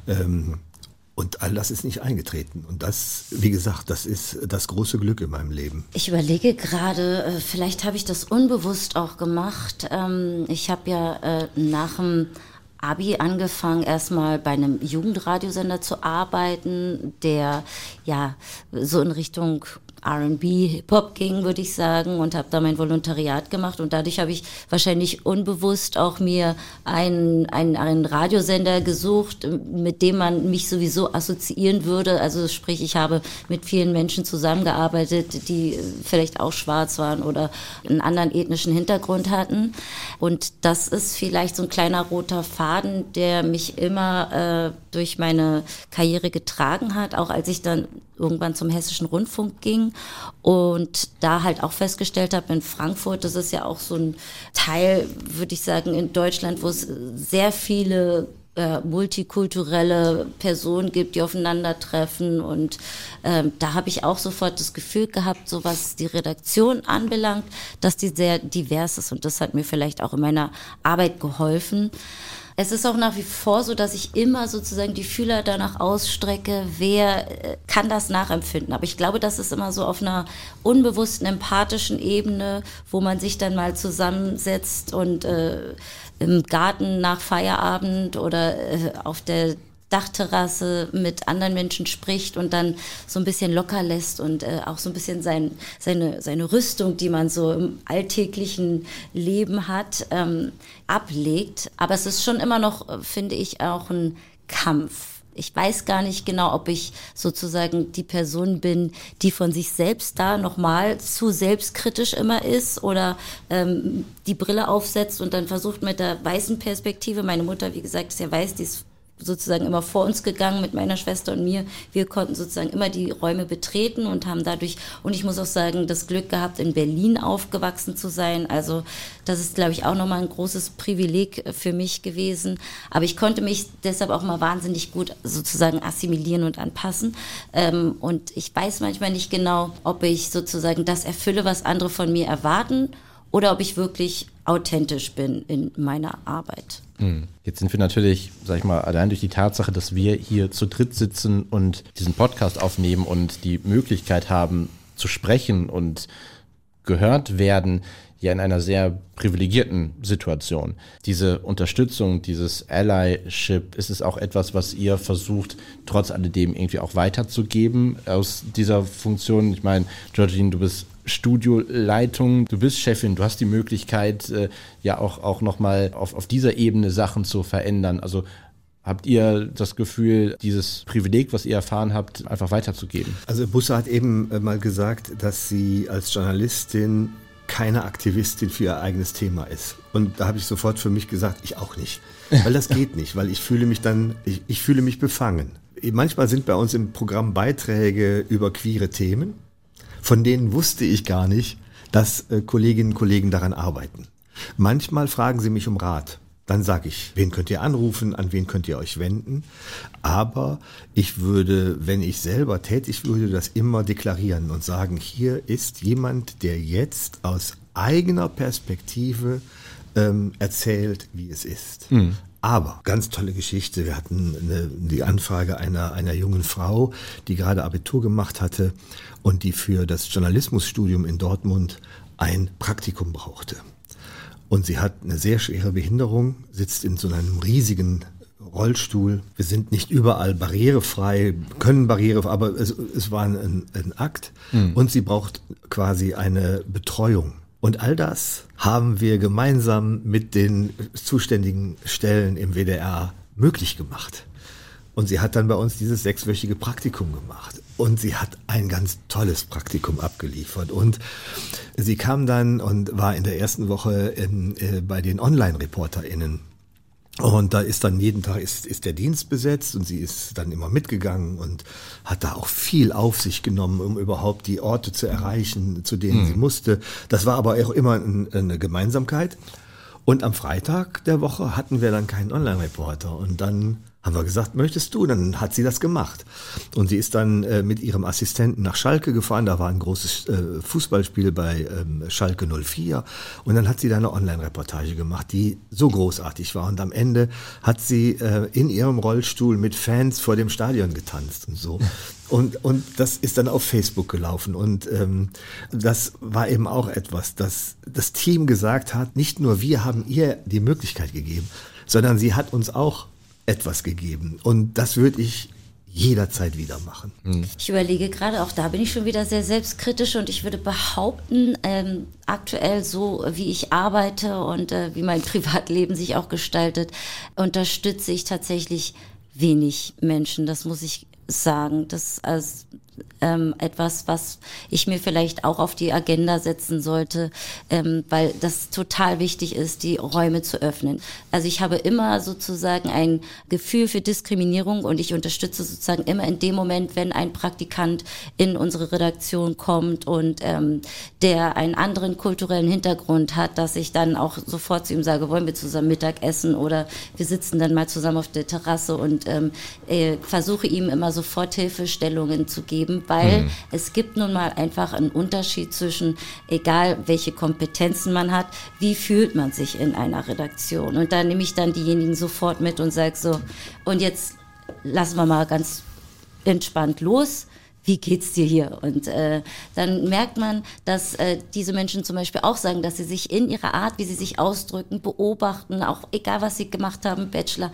Und all das ist nicht eingetreten. Und das, wie gesagt, das ist das große Glück in meinem Leben. Ich überlege gerade, vielleicht habe ich das unbewusst auch gemacht. Ich habe ja nach dem Abi angefangen, erstmal bei einem Jugendradiosender zu arbeiten, der ja so in Richtung R&B, Hip-Hop ging, würde ich sagen, und habe da mein Volontariat gemacht, und dadurch habe ich wahrscheinlich unbewusst auch mir einen Radiosender gesucht, mit dem man mich sowieso assoziieren würde. Also sprich, ich habe mit vielen Menschen zusammengearbeitet, die vielleicht auch schwarz waren oder einen anderen ethnischen Hintergrund hatten, und das ist vielleicht so ein kleiner roter Faden, der mich immer durch meine Karriere getragen hat, auch als ich dann irgendwann zum Hessischen Rundfunk ging und da halt auch festgestellt habe in Frankfurt, das ist ja auch so ein Teil, würde ich sagen, in Deutschland, wo es sehr viele multikulturelle Personen gibt, die aufeinandertreffen, und da habe ich auch sofort das Gefühl gehabt, so was die Redaktion anbelangt, dass die sehr divers ist, und das hat mir vielleicht auch in meiner Arbeit geholfen. Es ist auch nach wie vor so, dass ich immer sozusagen die Fühler danach ausstrecke, wer kann das nachempfinden. Aber ich glaube, das ist immer so auf einer unbewussten, empathischen Ebene, wo man sich dann mal zusammensetzt und im Garten nach Feierabend oder auf der Dachterrasse mit anderen Menschen spricht und dann so ein bisschen locker lässt und auch so ein bisschen seine Rüstung, die man so im alltäglichen Leben hat, ablegt. Aber es ist schon immer noch, finde ich, auch ein Kampf. Ich weiß gar nicht genau, ob ich sozusagen die Person bin, die von sich selbst da nochmal zu selbstkritisch immer ist oder die Brille aufsetzt und dann versucht mit der weißen Perspektive, meine Mutter, wie gesagt, ist ja weiß, die ist sozusagen immer vor uns gegangen mit meiner Schwester und mir. Wir konnten sozusagen immer die Räume betreten und haben dadurch, und ich muss auch sagen, das Glück gehabt, in Berlin aufgewachsen zu sein. Also das ist, glaube ich, auch nochmal ein großes Privileg für mich gewesen. Aber ich konnte mich deshalb auch mal wahnsinnig gut sozusagen assimilieren und anpassen. Und ich weiß manchmal nicht genau, ob ich sozusagen das erfülle, was andere von mir erwarten, oder ob ich wirklich authentisch bin in meiner Arbeit. Jetzt sind wir natürlich, sag ich mal, allein durch die Tatsache, dass wir hier zu dritt sitzen und diesen Podcast aufnehmen und die Möglichkeit haben zu sprechen und gehört werden, ja in einer sehr privilegierten Situation. Diese Unterstützung, dieses Allyship, ist es auch etwas, was ihr versucht, trotz alledem irgendwie auch weiterzugeben aus dieser Funktion? Ich meine, Georgine, du bist Studioleitung, du bist Chefin, du hast die Möglichkeit, ja auch nochmal auf dieser Ebene Sachen zu verändern. Also habt ihr das Gefühl, dieses Privileg, was ihr erfahren habt, einfach weiterzugeben? Also Bussa hat eben mal gesagt, dass sie als Journalistin keine Aktivistin für ihr eigenes Thema ist. Und da habe ich sofort für mich gesagt, ich auch nicht. Weil das geht nicht, weil ich fühle mich befangen. Manchmal sind bei uns im Programm Beiträge über queere Themen, von denen wusste ich gar nicht, dass Kolleginnen und Kollegen daran arbeiten. Manchmal fragen sie mich um Rat. Dann sage ich, wen könnt ihr anrufen, an wen könnt ihr euch wenden. Aber ich würde, wenn ich selber tätig würde, das immer deklarieren und sagen, hier ist jemand, der jetzt aus eigener Perspektive erzählt, wie es ist. Aber, ganz tolle Geschichte, wir hatten die Anfrage einer jungen Frau, die gerade Abitur gemacht hatte und die für das Journalismusstudium in Dortmund ein Praktikum brauchte. Und sie hat eine sehr schwere Behinderung, sitzt in so einem riesigen Rollstuhl. Wir sind nicht überall barrierefrei, können barrierefrei, aber es war ein Akt. Und sie braucht quasi eine Betreuung. Und all das haben wir gemeinsam mit den zuständigen Stellen im WDR möglich gemacht. Und sie hat dann bei uns dieses 6-wöchige Praktikum gemacht. Und sie hat ein ganz tolles Praktikum abgeliefert. Und sie kam dann und war in der ersten Woche bei den Online-ReporterInnen. Und da ist dann jeden Tag ist der Dienst besetzt und sie ist dann immer mitgegangen und hat da auch viel auf sich genommen, um überhaupt die Orte zu erreichen, zu denen sie musste. Das war aber auch immer eine Gemeinsamkeit. Und am Freitag der Woche hatten wir dann keinen Online-Reporter. Und dann haben wir gesagt, möchtest du? Dann hat sie das gemacht. Und sie ist dann mit ihrem Assistenten nach Schalke gefahren. Da war ein großes Fußballspiel bei Schalke 04. Und dann hat sie da eine Online-Reportage gemacht, die so großartig war. Und am Ende hat sie in ihrem Rollstuhl mit Fans vor dem Stadion getanzt und so. Und das ist dann auf Facebook gelaufen. Und das war eben auch etwas, dass das Team gesagt hat, nicht nur wir haben ihr die Möglichkeit gegeben, sondern sie hat uns auch etwas gegeben. Und das würde ich jederzeit wieder machen. Ich überlege gerade, auch da bin ich schon wieder sehr selbstkritisch und ich würde behaupten, aktuell so wie ich arbeite und wie mein Privatleben sich auch gestaltet, unterstütze ich tatsächlich wenig Menschen. Das muss ich sagen. Das ist etwas, was ich mir vielleicht auch auf die Agenda setzen sollte, weil das total wichtig ist, die Räume zu öffnen. Also ich habe immer sozusagen ein Gefühl für Diskriminierung und ich unterstütze sozusagen immer in dem Moment, wenn ein Praktikant in unsere Redaktion kommt und der einen anderen kulturellen Hintergrund hat, dass ich dann auch sofort zu ihm sage, wollen wir zusammen Mittag essen oder wir sitzen dann mal zusammen auf der Terrasse und versuche ihm immer sofort Hilfestellungen zu geben, weil es gibt nun mal einfach einen Unterschied zwischen, egal welche Kompetenzen man hat, wie fühlt man sich in einer Redaktion. Und da nehme ich dann diejenigen sofort mit und sage so, und jetzt lassen wir mal ganz entspannt los. Wie geht's dir hier? Und dann merkt man, dass diese Menschen zum Beispiel auch sagen, dass sie sich in ihrer Art, wie sie sich ausdrücken, beobachten, auch egal was sie gemacht haben, Bachelor,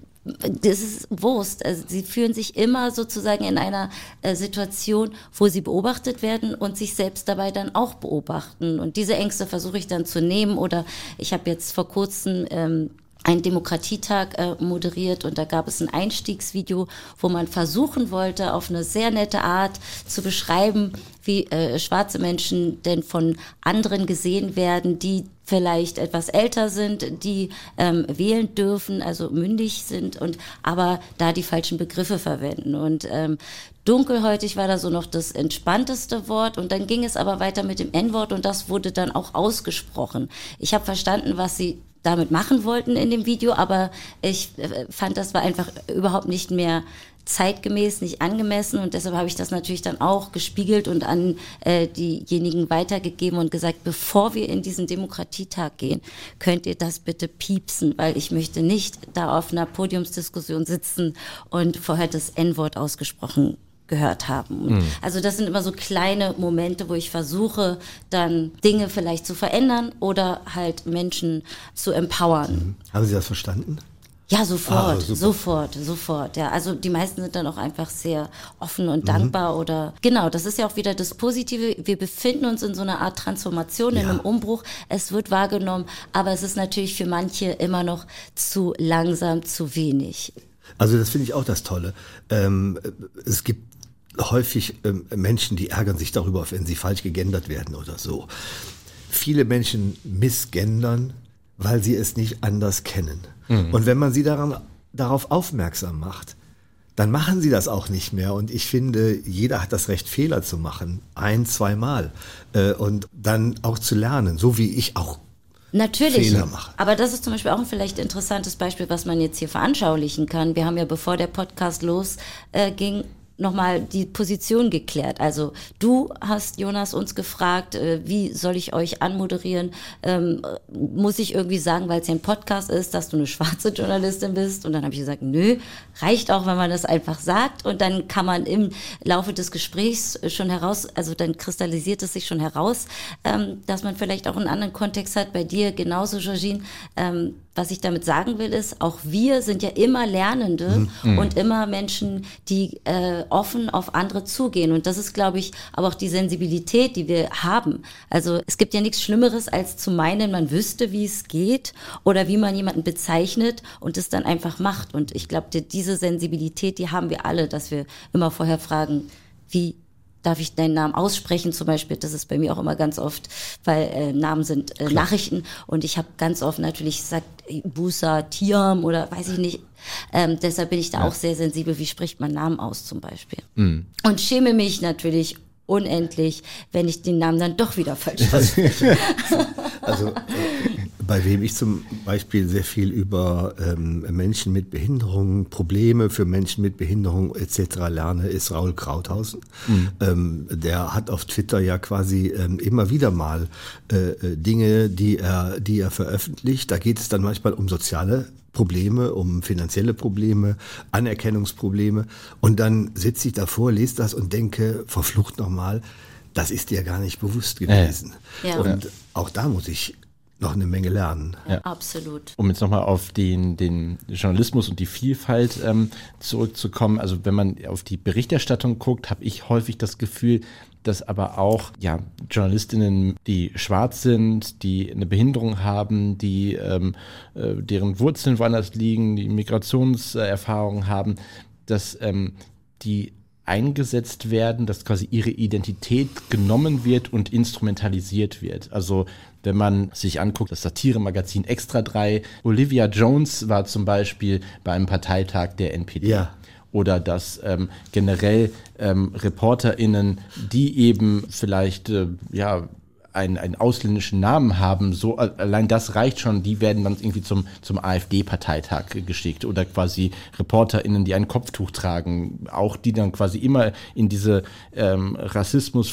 das ist Wurst. Also sie fühlen sich immer sozusagen in einer Situation, wo sie beobachtet werden und sich selbst dabei dann auch beobachten. Und diese Ängste versuche ich dann zu nehmen. Oder ich habe jetzt vor kurzem einen Demokratietag moderiert und da gab es ein Einstiegsvideo, wo man versuchen wollte, auf eine sehr nette Art zu beschreiben, wie schwarze Menschen denn von anderen gesehen werden, die vielleicht etwas älter sind, die wählen dürfen, also mündig sind und aber da die falschen Begriffe verwenden. Und dunkelhäutig war da so noch das entspannteste Wort und dann ging es aber weiter mit dem N-Wort und das wurde dann auch ausgesprochen. Ich habe verstanden, was sie damit machen wollten in dem Video, aber ich fand, das war einfach überhaupt nicht mehr zeitgemäß, nicht angemessen und deshalb habe ich das natürlich dann auch gespiegelt und an diejenigen weitergegeben und gesagt, bevor wir in diesen Demokratietag gehen, könnt ihr das bitte piepsen, weil ich möchte nicht da auf einer Podiumsdiskussion sitzen und vorher das N-Wort ausgesprochen gehört haben. Also das sind immer so kleine Momente, wo ich versuche, dann Dinge vielleicht zu verändern oder halt Menschen zu empowern. Haben Sie das verstanden? Ja, sofort. Ja, also die meisten sind dann auch einfach sehr offen und dankbar oder genau, das ist ja auch wieder das Positive. Wir befinden uns in so einer Art Transformation, in einem Umbruch. Es wird wahrgenommen, aber es ist natürlich für manche immer noch zu langsam, zu wenig. Also das finde ich auch das Tolle. Es gibt häufig Menschen, die ärgern sich darüber, wenn sie falsch gegendert werden oder so. Viele Menschen missgendern, weil sie es nicht anders kennen. Und wenn man sie darauf aufmerksam macht, dann machen sie das auch nicht mehr. Und ich finde, jeder hat das Recht, Fehler zu machen. 1-2 Mal. Und dann auch zu lernen, so wie ich auch natürlich, Fehler mache. Aber das ist zum Beispiel auch ein vielleicht interessantes Beispiel, was man jetzt hier veranschaulichen kann. Wir haben ja, bevor der Podcast losging, nochmal die Position geklärt. Also du hast, Jonas, uns gefragt, wie soll ich euch anmoderieren? Muss ich irgendwie sagen, weil es ja ein Podcast ist, dass du eine schwarze Journalistin bist? Und dann habe ich gesagt, nö, reicht auch, wenn man das einfach sagt. Und dann kann man im Laufe des Gesprächs schon heraus, also dann kristallisiert es sich schon heraus, dass man vielleicht auch einen anderen Kontext hat. Bei dir genauso, Georgine. Was ich damit sagen will, ist, auch wir sind ja immer Lernende und immer Menschen, die offen auf andere zugehen. Und das ist, glaube ich, aber auch die Sensibilität, die wir haben. Also es gibt ja nichts Schlimmeres, als zu meinen, man wüsste, wie es geht oder wie man jemanden bezeichnet und es dann einfach macht. Und ich glaube, diese Sensibilität, die haben wir alle, dass wir immer vorher fragen, wie darf ich deinen Namen aussprechen zum Beispiel, das ist bei mir auch immer ganz oft, weil Namen sind Nachrichten und ich habe ganz oft natürlich gesagt, Busa, Tiam oder weiß ich nicht, deshalb bin ich da auch sehr sensibel, wie spricht man Namen aus zum Beispiel. Und schäme mich natürlich unendlich, wenn ich den Namen dann doch wieder falsch ausspreche. Also bei wem ich zum Beispiel sehr viel über Menschen mit Behinderungen, Probleme für Menschen mit Behinderung etc. lerne, ist Raul Krauthausen. Der hat auf Twitter ja quasi immer wieder mal Dinge, die er veröffentlicht. Da geht es dann manchmal um soziale Probleme, um finanzielle Probleme, Anerkennungsprobleme. Und dann sitze ich davor, lese das und denke, verflucht nochmal, das ist dir gar nicht bewusst gewesen. Ja. Und auch da muss ich noch eine Menge lernen. Ja. Absolut. Um jetzt nochmal auf den Journalismus und die Vielfalt zurückzukommen, also wenn man auf die Berichterstattung guckt, habe ich häufig das Gefühl, dass aber auch Journalistinnen, die schwarz sind, die eine Behinderung haben, die deren Wurzeln woanders liegen, die Migrationserfahrungen haben, dass die eingesetzt werden, dass quasi ihre Identität genommen wird und instrumentalisiert wird. Also wenn man sich anguckt, das Satiremagazin Extra 3, Olivia Jones war zum Beispiel bei einem Parteitag der NPD. Ja. Oder dass generell ReporterInnen, die eben vielleicht einen ausländischen Namen haben, so allein das reicht schon, die werden dann irgendwie zum AfD-Parteitag geschickt oder quasi ReporterInnen, die ein Kopftuch tragen, auch die dann quasi immer in diese Rassismus-,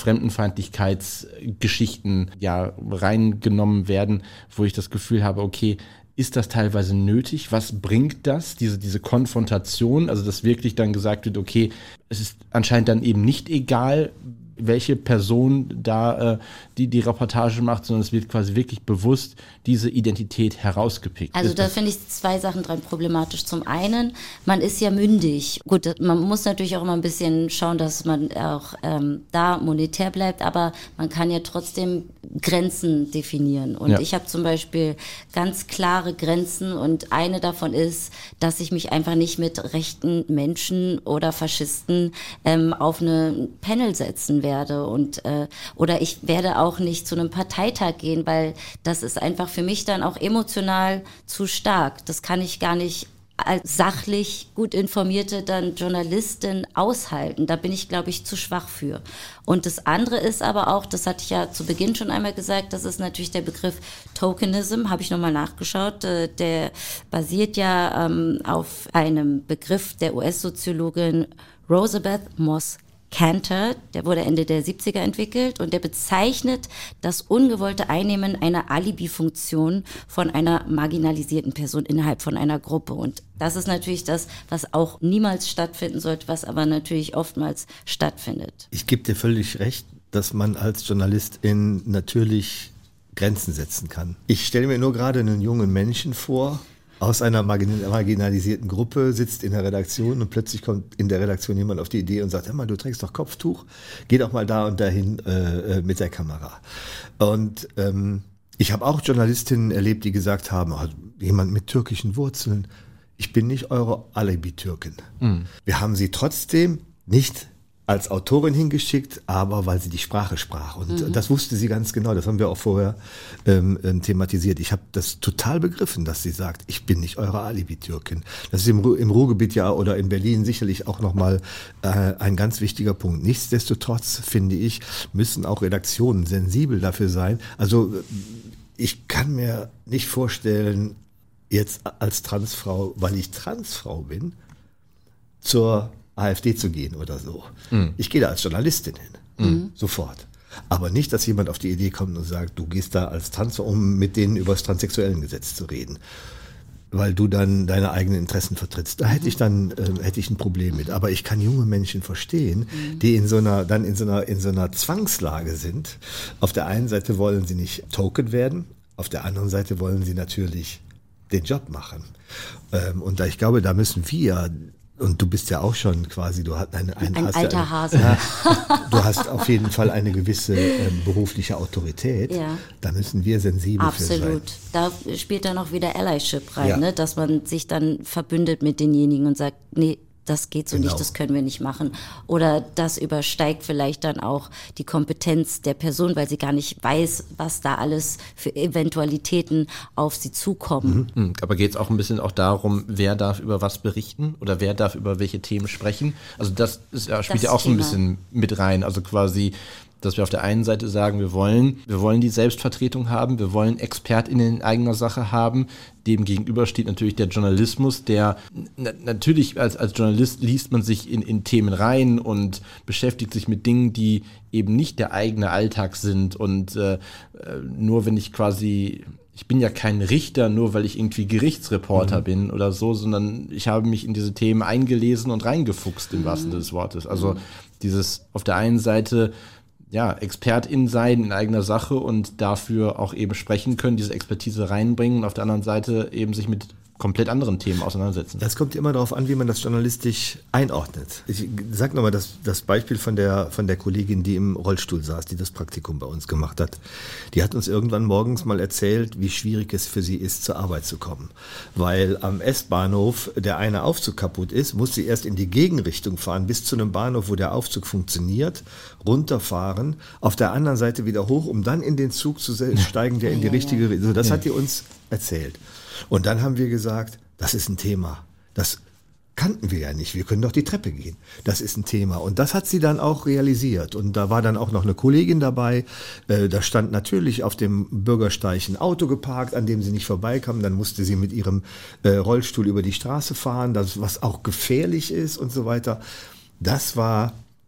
Fremdenfeindlichkeitsgeschichten reingenommen werden, wo ich das Gefühl habe, okay, ist das teilweise nötig? Was bringt das, diese Konfrontation? Also dass wirklich dann gesagt wird, okay, es ist anscheinend dann eben nicht egal, welche Person da die Reportage macht, sondern es wird quasi wirklich bewusst diese Identität herausgepickt. Also da finde ich 2 Sachen dran problematisch. Zum einen, man ist ja mündig. Gut, man muss natürlich auch immer ein bisschen schauen, dass man auch da monetär bleibt, aber man kann ja trotzdem Grenzen definieren. Und ich habe zum Beispiel ganz klare Grenzen und eine davon ist, dass ich mich einfach nicht mit rechten Menschen oder Faschisten auf eine Panel setzen werde und oder ich werde auch nicht zu einem Parteitag gehen, weil das ist einfach für mich dann auch emotional zu stark. Das kann ich gar nicht als sachlich gut informierte dann Journalistin aushalten. Da bin ich, glaube ich, zu schwach für. Und das andere ist aber auch, das hatte ich ja zu Beginn schon einmal gesagt, das ist natürlich der Begriff Tokenism, habe ich nochmal nachgeschaut. Der basiert ja auf einem Begriff der US-Soziologin Rosabeth Moss Kanter, der wurde Ende der 70er entwickelt und der bezeichnet das ungewollte Einnehmen einer Alibi-Funktion von einer marginalisierten Person innerhalb von einer Gruppe. Und das ist natürlich das, was auch niemals stattfinden sollte, was aber natürlich oftmals stattfindet. Ich gebe dir völlig recht, dass man als Journalistin natürlich Grenzen setzen kann. Ich stelle mir nur gerade einen jungen Menschen vor, aus einer marginalisierten Gruppe, sitzt in der Redaktion und plötzlich kommt in der Redaktion jemand auf die Idee und sagt, hör mal, du trägst doch Kopftuch, geh doch mal da und dahin mit der Kamera. Und ich habe auch Journalistinnen erlebt, die gesagt haben, jemand mit türkischen Wurzeln, ich bin nicht eure Alibi-Türkin. Wir haben sie trotzdem nicht als Autorin hingeschickt, aber weil sie die Sprache sprach. Und das wusste sie ganz genau, das haben wir auch vorher thematisiert. Ich habe das total begriffen, dass sie sagt, ich bin nicht eure Alibi-Türkin. Das ist im Ruhrgebiet ja oder in Berlin sicherlich auch nochmal ein ganz wichtiger Punkt. Nichtsdestotrotz, finde ich, müssen auch Redaktionen sensibel dafür sein. Also ich kann mir nicht vorstellen, jetzt als Transfrau, weil ich Transfrau bin, zur AfD zu gehen oder so. Ich gehe da als Journalistin hin, sofort. Aber nicht, dass jemand auf die Idee kommt und sagt, du gehst da als Trans, um mit denen über das Transsexuellengesetz zu reden, weil du dann deine eigenen Interessen vertrittst. Da hätte ich ein Problem mit. Aber ich kann junge Menschen verstehen, die in so einer Zwangslage sind. Auf der einen Seite wollen sie nicht Token werden, auf der anderen Seite wollen sie natürlich den Job machen. Und ich glaube, da müssen wir, und du bist ja auch schon quasi, du hast ein alter Hase. Du hast auf jeden Fall eine gewisse berufliche Autorität. Ja. Da müssen wir sensibel für sein. Absolut. Da spielt dann auch wieder Allyship rein, ne? Dass man sich dann verbündet mit denjenigen und sagt, nee, das geht so nicht, das können wir nicht machen. Oder das übersteigt vielleicht dann auch die Kompetenz der Person, weil sie gar nicht weiß, was da alles für Eventualitäten auf sie zukommen. Aber geht es auch ein bisschen auch darum, wer darf über was berichten oder wer darf über welche Themen sprechen? Also das spielt ja auch so ein bisschen mit rein. Also quasi, dass wir auf der einen Seite sagen, wir wollen die Selbstvertretung haben, wir wollen ExpertInnen in eigener Sache haben. Dem gegenüber steht natürlich der Journalismus, der natürlich als Journalist liest man sich in Themen rein und beschäftigt sich mit Dingen, die eben nicht der eigene Alltag sind. Und nur wenn ich bin ja kein Richter, nur weil ich irgendwie Gerichtsreporter bin oder so, sondern ich habe mich in diese Themen eingelesen und reingefuchst im wahrsten Sinne des Wortes. Also dieses auf der einen Seite ExpertIn sein in eigener Sache und dafür auch eben sprechen können, diese Expertise reinbringen und auf der anderen Seite eben sich mit komplett anderen Themen auseinandersetzen. Das kommt immer darauf an, wie man das journalistisch einordnet. Ich sag nochmal das Beispiel von der Kollegin, die im Rollstuhl saß, die das Praktikum bei uns gemacht hat. Die hat uns irgendwann morgens mal erzählt, wie schwierig es für sie ist, zur Arbeit zu kommen. Weil am S-Bahnhof der eine Aufzug kaputt ist, muss sie erst in die Gegenrichtung fahren, bis zu einem Bahnhof, wo der Aufzug funktioniert, runterfahren, auf der anderen Seite wieder hoch, um dann in den Zug zu steigen, der in die richtige Richtung. Das hat die uns erzählt. Und dann haben wir gesagt, das ist ein Thema. Das kannten wir ja nicht. Wir können doch die Treppe gehen. Das ist ein Thema. Und das hat sie dann auch realisiert. Und da war dann auch noch eine Kollegin dabei. Da stand natürlich auf dem Bürgersteig ein Auto geparkt, an dem sie nicht vorbeikam. Dann musste sie mit ihrem Rollstuhl über die Straße fahren, was auch gefährlich ist und so weiter. Das war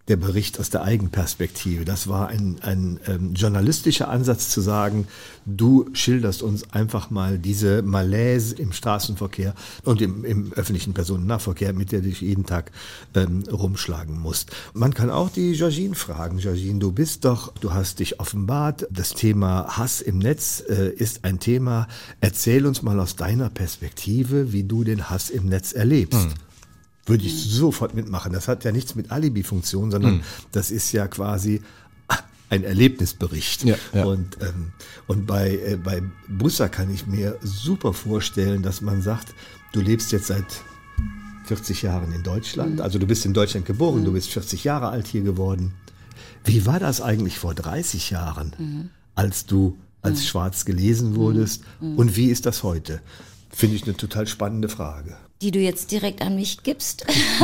der Bericht aus der Eigenperspektive. Das war ein journalistischer Ansatz zu sagen, du schilderst uns einfach mal diese Malaise im Straßenverkehr und im öffentlichen Personennahverkehr, mit der du dich jeden Tag rumschlagen musst. Man kann auch die Georgine fragen. Georgine, du hast dich offenbart. Das Thema Hass im Netz ist ein Thema. Erzähl uns mal aus deiner Perspektive, wie du den Hass im Netz erlebst. Würde ich sofort mitmachen. Das hat ja nichts mit Alibi-Funktion, sondern das ist ja quasi ein Erlebnisbericht. Ja. Und bei Bussa kann ich mir super vorstellen, dass man sagt, du lebst jetzt seit 40 Jahren in Deutschland, also du bist in Deutschland geboren, du bist 40 Jahre alt hier geworden. Wie war das eigentlich vor 30 Jahren, als du als schwarz gelesen wurdest? Und wie ist das heute? Finde ich eine total spannende Frage. Die du jetzt direkt an mich gibst.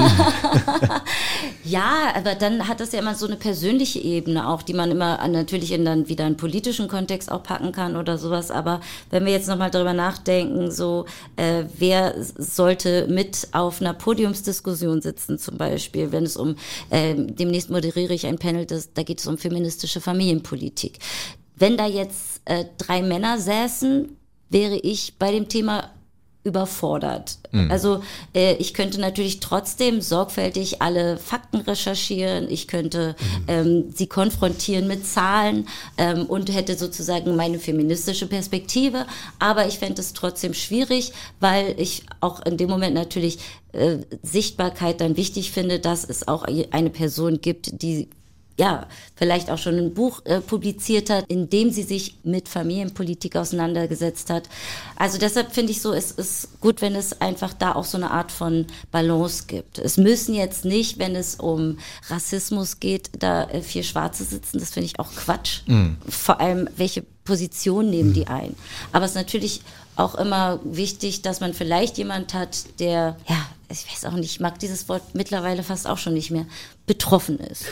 Ja, aber dann hat das ja immer so eine persönliche Ebene auch, die man immer natürlich in dann wieder einen politischen Kontext auch packen kann oder sowas. Aber wenn wir jetzt nochmal darüber nachdenken, so wer sollte mit auf einer Podiumsdiskussion sitzen zum Beispiel, wenn es demnächst moderiere ich ein Panel, da geht es um feministische Familienpolitik. Wenn da jetzt 3 Männer säßen, wäre ich bei dem Thema überfordert. Also ich könnte natürlich trotzdem sorgfältig alle Fakten recherchieren, ich könnte sie konfrontieren mit Zahlen und hätte sozusagen meine feministische Perspektive, aber ich fände es trotzdem schwierig, weil ich auch in dem Moment natürlich Sichtbarkeit dann wichtig finde, dass es auch eine Person gibt, die vielleicht auch schon ein Buch publiziert hat, in dem sie sich mit Familienpolitik auseinandergesetzt hat. Also deshalb finde ich so, es ist gut, wenn es einfach da auch so eine Art von Balance gibt. Es müssen jetzt nicht, wenn es um Rassismus geht, da 4 Schwarze sitzen, das finde ich auch Quatsch. Vor allem, welche Position nehmen die ein? Aber es ist natürlich auch immer wichtig, dass man vielleicht jemand hat, der, ich weiß auch nicht, ich mag dieses Wort mittlerweile fast auch schon nicht mehr, betroffen ist.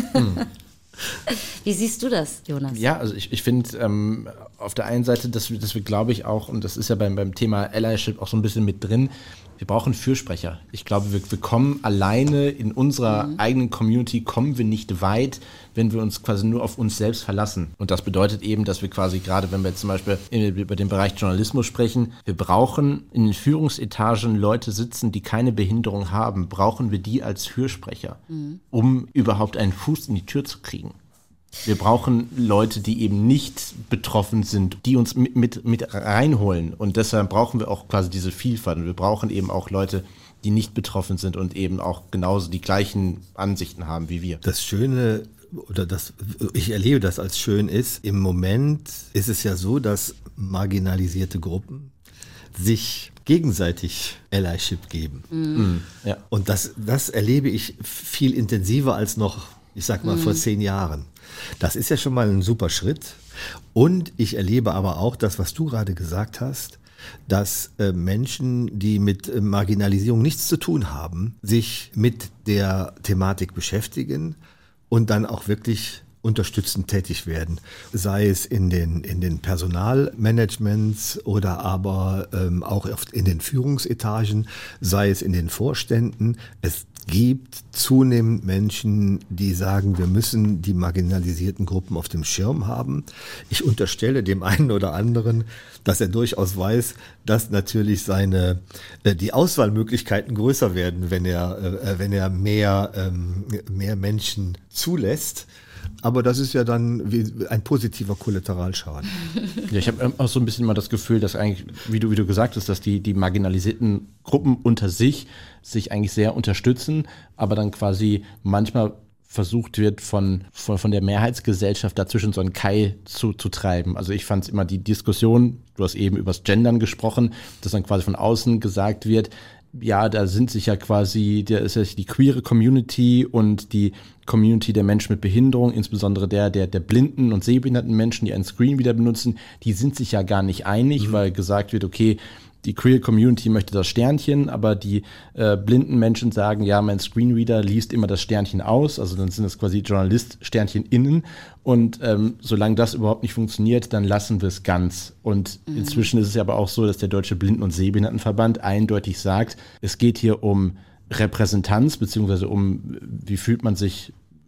Wie siehst du das, Jonas? Ja, also ich finde auf der einen Seite, dass wir glaube ich auch, und das ist ja beim Thema Allyship auch so ein bisschen mit drin, wir brauchen Fürsprecher. Ich glaube, wir kommen alleine in unserer eigenen Community, kommen wir nicht weit, wenn wir uns quasi nur auf uns selbst verlassen. Und das bedeutet eben, dass wir quasi gerade, wenn wir jetzt zum Beispiel über den Bereich Journalismus sprechen, wir brauchen in den Führungsetagen Leute sitzen, die keine Behinderung haben, brauchen wir die als Fürsprecher, um überhaupt einen Fuß in die Tür zu kriegen. Wir brauchen Leute, die eben nicht betroffen sind, die uns mit reinholen. Und deshalb brauchen wir auch quasi diese Vielfalt. Und wir brauchen eben auch Leute, die nicht betroffen sind und eben auch genauso die gleichen Ansichten haben wie wir. Das Schöne, ich erlebe das als schön ist, im Moment ist es ja so, dass marginalisierte Gruppen sich gegenseitig Allyship geben. Ja. Und das erlebe ich viel intensiver als noch, ich sag mal, vor 10 Jahren. Das ist ja schon mal ein super Schritt. Und ich erlebe aber auch das, was du gerade gesagt hast, dass Menschen, die mit Marginalisierung nichts zu tun haben, sich mit der Thematik beschäftigen und dann auch wirklich unterstützend tätig werden. Sei es in den Personalmanagements oder aber auch oft in den Führungsetagen, sei es in den Vorständen. Es gibt zunehmend Menschen, die sagen, wir müssen die marginalisierten Gruppen auf dem Schirm haben. Ich unterstelle dem einen oder anderen, dass er durchaus weiß, dass natürlich die Auswahlmöglichkeiten größer werden, wenn er mehr Menschen zulässt. Aber das ist ja dann ein positiver Kollateralschaden. Ja, ich habe auch so ein bisschen mal das Gefühl, dass eigentlich, wie du gesagt hast, dass die marginalisierten Gruppen unter sich eigentlich sehr unterstützen, aber dann quasi manchmal versucht wird, von der Mehrheitsgesellschaft dazwischen so einen Keil zu treiben. Also ich fand es immer die Diskussion, du hast eben über das Gendern gesprochen, dass dann quasi von außen gesagt wird, ja, da sind sich ja quasi, da ist ja die queere Community und die Community der Menschen mit Behinderung, insbesondere der blinden und sehbehinderten Menschen, die einen Screenreader benutzen, die sind sich ja gar nicht einig, weil gesagt wird, okay, die queer Community möchte das Sternchen, aber die blinden Menschen sagen, ja, mein Screenreader liest immer das Sternchen aus, also dann sind das quasi Journalist-Sternchen innen und solange das überhaupt nicht funktioniert, dann lassen wir es ganz. Und inzwischen ist es ja aber auch so, dass der Deutsche Blinden- und Sehbehindertenverband eindeutig sagt, es geht hier um Repräsentanz, beziehungsweise um, wie fühlt man sich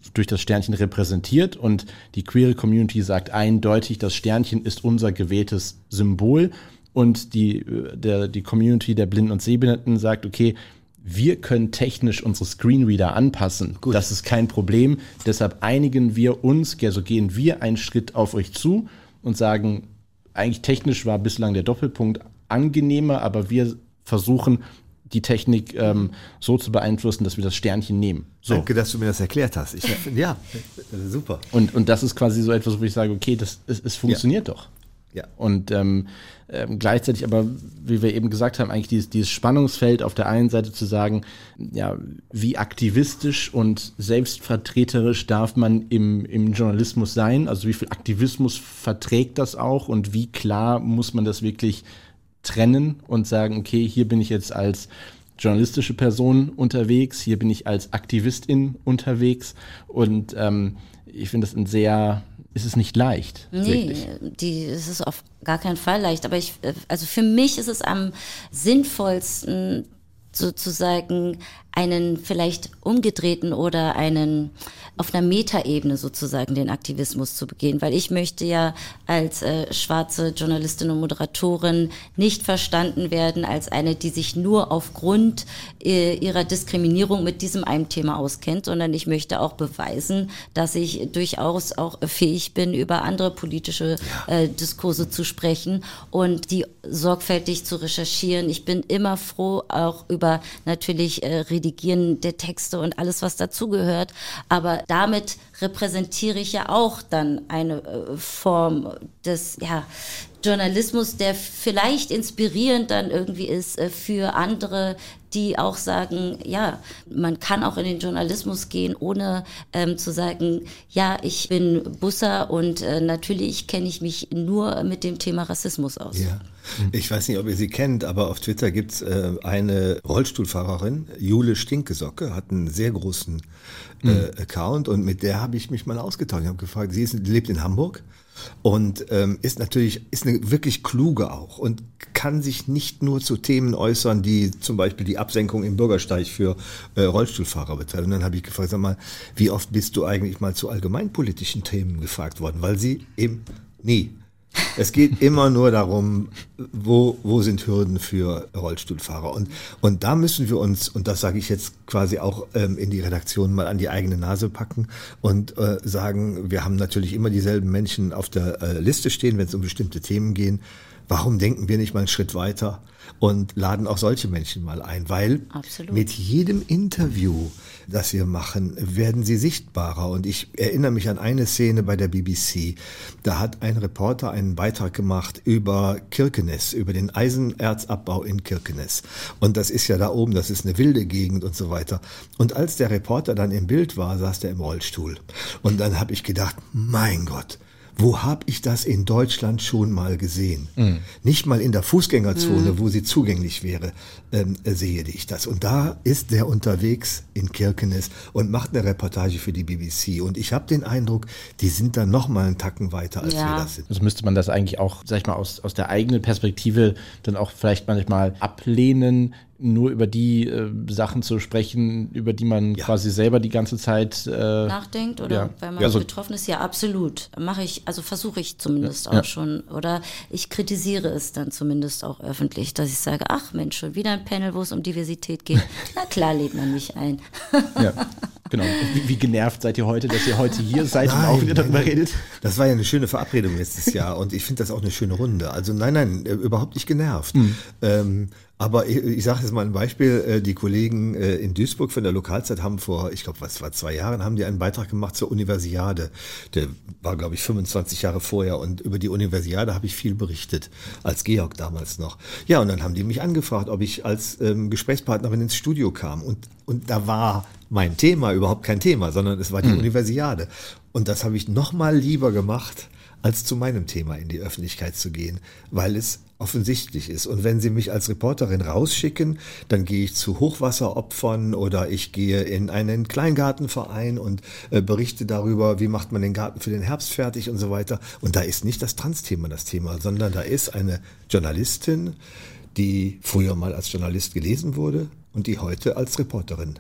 durch das Sternchen repräsentiert und die queere Community sagt eindeutig, das Sternchen ist unser gewähltes Symbol und die Community der Blinden und Sehbehinderten sagt, okay, wir können technisch unsere Screenreader anpassen. Gut. Das ist kein Problem. Deshalb einigen wir uns, also gehen wir einen Schritt auf euch zu und sagen, eigentlich technisch war bislang der Doppelpunkt angenehmer, aber wir versuchen, die Technik so zu beeinflussen, dass wir das Sternchen nehmen. So. Danke, dass du mir das erklärt hast. Ja, super. Und das ist quasi so etwas, wo ich sage, okay, es funktioniert doch. Ja. Und gleichzeitig aber, wie wir eben gesagt haben, eigentlich dieses Spannungsfeld auf der einen Seite zu sagen, ja, wie aktivistisch und selbstvertreterisch darf man im Journalismus sein? Also wie viel Aktivismus verträgt das auch und wie klar muss man das wirklich trennen und sagen, okay, hier bin ich jetzt als journalistische Person unterwegs, hier bin ich als Aktivistin unterwegs und ich finde das ist es nicht leicht. Nee, es ist auf gar keinen Fall leicht, aber also für mich ist es am sinnvollsten, sozusagen einen vielleicht umgedrehten oder einen auf einer Metaebene sozusagen den Aktivismus zu begehen, weil ich möchte ja als schwarze Journalistin und Moderatorin nicht verstanden werden als eine, die sich nur aufgrund ihrer Diskriminierung mit diesem einen Thema auskennt, sondern ich möchte auch beweisen, dass ich durchaus auch fähig bin, über andere politische Diskurse zu sprechen und die sorgfältig zu recherchieren. Ich bin immer froh, auch über natürlich Redigieren der Texte und alles, was dazugehört, aber damit repräsentiere ich ja auch dann eine Form des Journalismus, der vielleicht inspirierend dann irgendwie ist für andere, die auch sagen, ja, man kann auch in den Journalismus gehen, ohne zu sagen, ja, ich bin Busser und natürlich kenne ich mich nur mit dem Thema Rassismus aus. Ja. Ich weiß nicht, ob ihr sie kennt, aber auf Twitter gibt's eine Rollstuhlfahrerin, Jule Stinkesocke, hat einen sehr großen Account und mit der habe ich mich mal ausgetauscht. Ich habe gefragt, sie lebt in Hamburg und ist eine wirklich kluge auch und kann sich nicht nur zu Themen äußern, die zum Beispiel die Absenkung im Bürgersteig für Rollstuhlfahrer betreffen. Und dann habe ich gefragt, sag mal, wie oft bist du eigentlich mal zu allgemeinpolitischen Themen gefragt worden? Weil sie eben nie. Es geht immer nur darum, wo sind Hürden für Rollstuhlfahrer. Und da müssen wir uns, und das sage ich jetzt quasi auch in die Redaktion, mal an die eigene Nase packen und sagen, wir haben natürlich immer dieselben Menschen auf der Liste stehen, wenn es um bestimmte Themen gehen. Warum denken wir nicht mal einen Schritt weiter und laden auch solche Menschen mal ein? Weil Absolut. Mit jedem Interview, das wir machen, werden sie sichtbarer. Und ich erinnere mich an eine Szene bei der BBC. Da hat ein Reporter einen Beitrag gemacht über Kirkenes, über den Eisenerzabbau in Kirkenes. Und das ist ja da oben, das ist eine wilde Gegend und so weiter. Und als der Reporter dann im Bild war, saß der im Rollstuhl. Und dann habe ich gedacht, mein Gott, wo habe ich das in Deutschland schon mal gesehen? Nicht mal in der Fußgängerzone, wo sie zugänglich wäre, sehe ich das. Und da ist der unterwegs in Kirkenes und macht eine Reportage für die BBC. Und ich habe den Eindruck, die sind da noch mal einen Tacken weiter, als wir das sind. Also müsste man das eigentlich auch, sag ich mal, aus der eigenen Perspektive dann auch vielleicht manchmal ablehnen, nur über die Sachen zu sprechen, über die man quasi selber die ganze Zeit nachdenkt oder weil man betroffen ist, absolut. Versuche ich zumindest auch schon. Oder ich kritisiere es dann zumindest auch öffentlich, dass ich sage, ach Mensch, schon wieder ein Panel, wo es um Diversität geht. Na klar lädt man mich ein. Ja. Genau. Wie genervt seid ihr heute, dass ihr heute hier seid und auch wieder darüber redet? Das war ja eine schöne Verabredung letztes Jahr und ich finde das auch eine schöne Runde. Also nein, überhaupt nicht genervt. Aber ich sage jetzt mal ein Beispiel, die Kollegen in Duisburg von der Lokalzeit haben vor, ich glaube, was war 2 Jahren, haben die einen Beitrag gemacht zur Universiade. Der war, glaube ich, 25 Jahre vorher und über die Universiade habe ich viel berichtet, als Georg damals noch. Ja, und dann haben die mich angefragt, ob ich als Gesprächspartnerin ins Studio kam und da war mein Thema überhaupt kein Thema, sondern es war die Universiade. Und das habe ich noch mal lieber gemacht, als zu meinem Thema in die Öffentlichkeit zu gehen, weil es offensichtlich ist. Und wenn Sie mich als Reporterin rausschicken, dann gehe ich zu Hochwasseropfern oder ich gehe in einen Kleingartenverein und berichte darüber, wie macht man den Garten für den Herbst fertig und so weiter. Und da ist nicht das Trans-Thema das Thema, sondern da ist eine Journalistin, die früher mal als Journalist gelesen wurde und die heute als Reporterin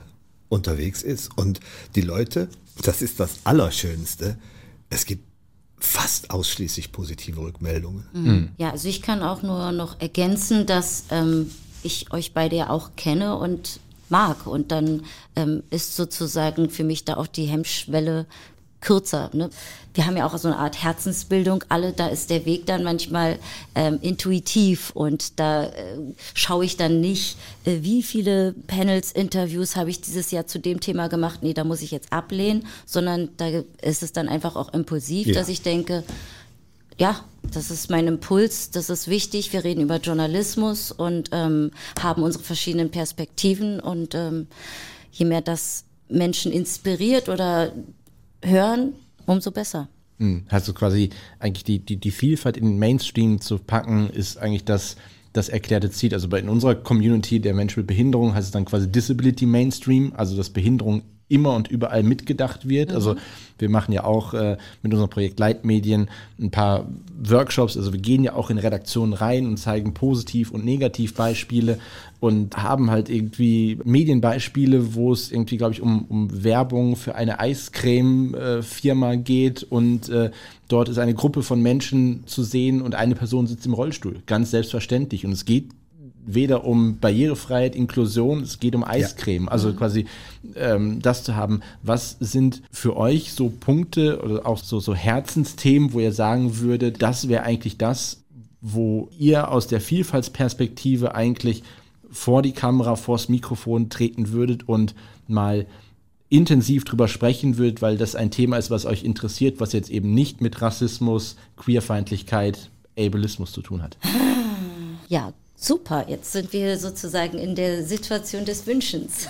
unterwegs ist. Und die Leute, das ist das Allerschönste, es gibt fast ausschließlich positive Rückmeldungen. Ja, also ich kann auch nur noch ergänzen, dass ich euch beide ja auch kenne und mag. Und dann ist sozusagen für mich da auch die Hemmschwelle kürzer. Ne? Wir haben ja auch so eine Art Herzensbildung, alle, da ist der Weg dann manchmal intuitiv und da schaue ich dann nicht, wie viele Panels, Interviews habe ich dieses Jahr zu dem Thema gemacht, nee, da muss ich jetzt ablehnen, sondern da ist es dann einfach auch impulsiv, dass ich denke, ja, das ist mein Impuls, das ist wichtig, wir reden über Journalismus und haben unsere verschiedenen Perspektiven und je mehr das Menschen inspiriert oder hören, umso besser. Also quasi eigentlich die Vielfalt in den Mainstream zu packen, ist eigentlich das erklärte Ziel. Also in unserer Community der Menschen mit Behinderung heißt es dann quasi Disability Mainstream, also dass Behinderung immer und überall mitgedacht wird. Also wir machen ja auch mit unserem Projekt Leitmedien ein paar Workshops, also wir gehen ja auch in Redaktionen rein und zeigen Positiv- und Negativbeispiele und haben halt irgendwie Medienbeispiele, wo es irgendwie, glaube ich, um Werbung für eine Eiscreme-Firma geht und dort ist eine Gruppe von Menschen zu sehen und eine Person sitzt im Rollstuhl, ganz selbstverständlich. Und es geht weder um Barrierefreiheit, Inklusion, es geht um Eiscreme. Also quasi das zu haben. Was sind für euch so Punkte oder auch so Herzensthemen, wo ihr sagen würdet, das wäre eigentlich das, wo ihr aus der Vielfaltsperspektive eigentlich vor die Kamera, vors Mikrofon treten würdet und mal intensiv drüber sprechen würdet, weil das ein Thema ist, was euch interessiert, was jetzt eben nicht mit Rassismus, Queerfeindlichkeit, Ableismus zu tun hat? Ja, super, jetzt sind wir sozusagen in der Situation des Wünschens.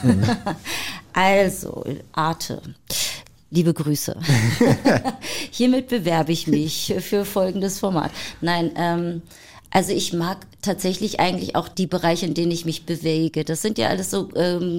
Also, Arte, liebe Grüße. Hiermit bewerbe ich mich für folgendes Format. Nein, also ich mag tatsächlich eigentlich auch die Bereiche, in denen ich mich bewege. Das sind ja alles so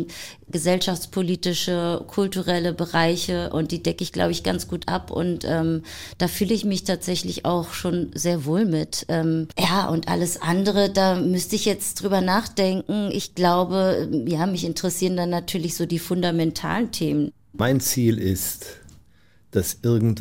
gesellschaftspolitische, kulturelle Bereiche und die decke ich, glaube ich, ganz gut ab und da fühle ich mich tatsächlich auch schon sehr wohl mit. Ja, und alles andere, da müsste ich jetzt drüber nachdenken. Ich glaube, ja, mich interessieren dann natürlich so die fundamentalen Themen. Mein Ziel ist, dass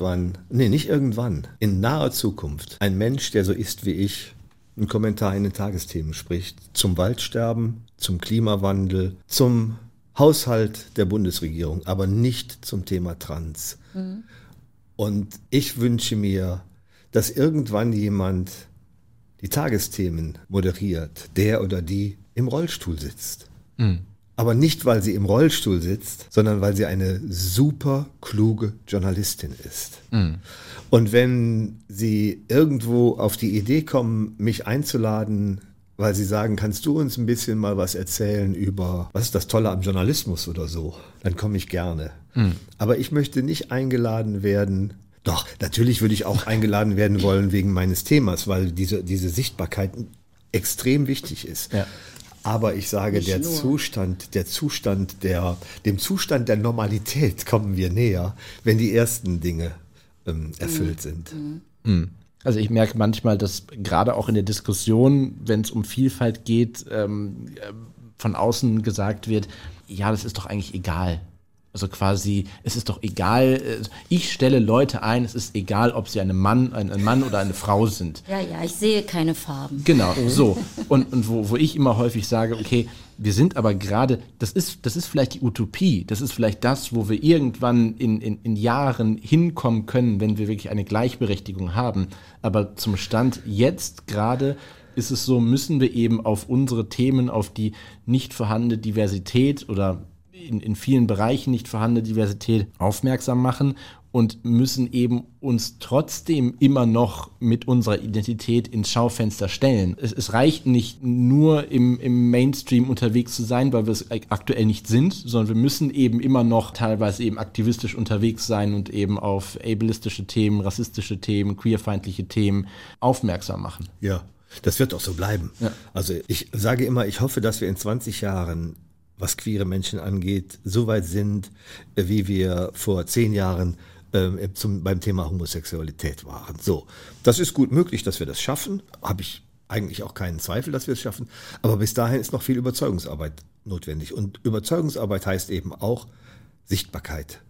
in naher Zukunft ein Mensch, der so ist wie ich, einen Kommentar in den Tagesthemen spricht, zum Waldsterben, zum Klimawandel, zum Haushalt der Bundesregierung, aber nicht zum Thema Trans. Und ich wünsche mir, dass irgendwann jemand die Tagesthemen moderiert, der oder die im Rollstuhl sitzt. Aber nicht, weil sie im Rollstuhl sitzt, sondern weil sie eine super kluge Journalistin ist. Und wenn sie irgendwo auf die Idee kommen, mich einzuladen, weil sie sagen, kannst du uns ein bisschen mal was erzählen über, was ist das Tolle am Journalismus oder so, dann komme ich gerne. Aber ich möchte nicht eingeladen werden. Doch, natürlich würde ich auch eingeladen werden wollen wegen meines Themas, weil diese Sichtbarkeit extrem wichtig ist. Ja. Aber ich sage, dem Zustand der Normalität kommen wir näher, wenn die ersten Dinge erfüllt sind. Also ich merke manchmal, dass gerade auch in der Diskussion, wenn es um Vielfalt geht, von außen gesagt wird, ja, das ist doch eigentlich egal. Also quasi, es ist doch egal, ich stelle Leute ein, es ist egal, ob sie ein Mann oder eine Frau sind. Ja, ich sehe keine Farben. Genau, so. Und wo ich immer häufig sage, okay, wir sind aber gerade, das ist vielleicht die Utopie, das ist vielleicht das, wo wir irgendwann in Jahren hinkommen können, wenn wir wirklich eine Gleichberechtigung haben. Aber zum Stand jetzt gerade ist es so, müssen wir eben auf unsere Themen, auf die nicht vorhandene Diversität oder in vielen Bereichen nicht vorhandene Diversität aufmerksam machen und müssen eben uns trotzdem immer noch mit unserer Identität ins Schaufenster stellen. Es reicht nicht nur im Mainstream unterwegs zu sein, weil wir es aktuell nicht sind, sondern wir müssen eben immer noch teilweise eben aktivistisch unterwegs sein und eben auf ableistische Themen, rassistische Themen, queerfeindliche Themen aufmerksam machen. Ja, das wird auch so bleiben. Ja. Also ich sage immer, ich hoffe, dass wir in 20 Jahren, was queere Menschen angeht, so weit sind, wie wir vor 10 Jahren beim Thema Homosexualität waren. So, das ist gut möglich, dass wir das schaffen. Habe ich eigentlich auch keinen Zweifel, dass wir es schaffen. Aber bis dahin ist noch viel Überzeugungsarbeit notwendig. Und Überzeugungsarbeit heißt eben auch Sichtbarkeit.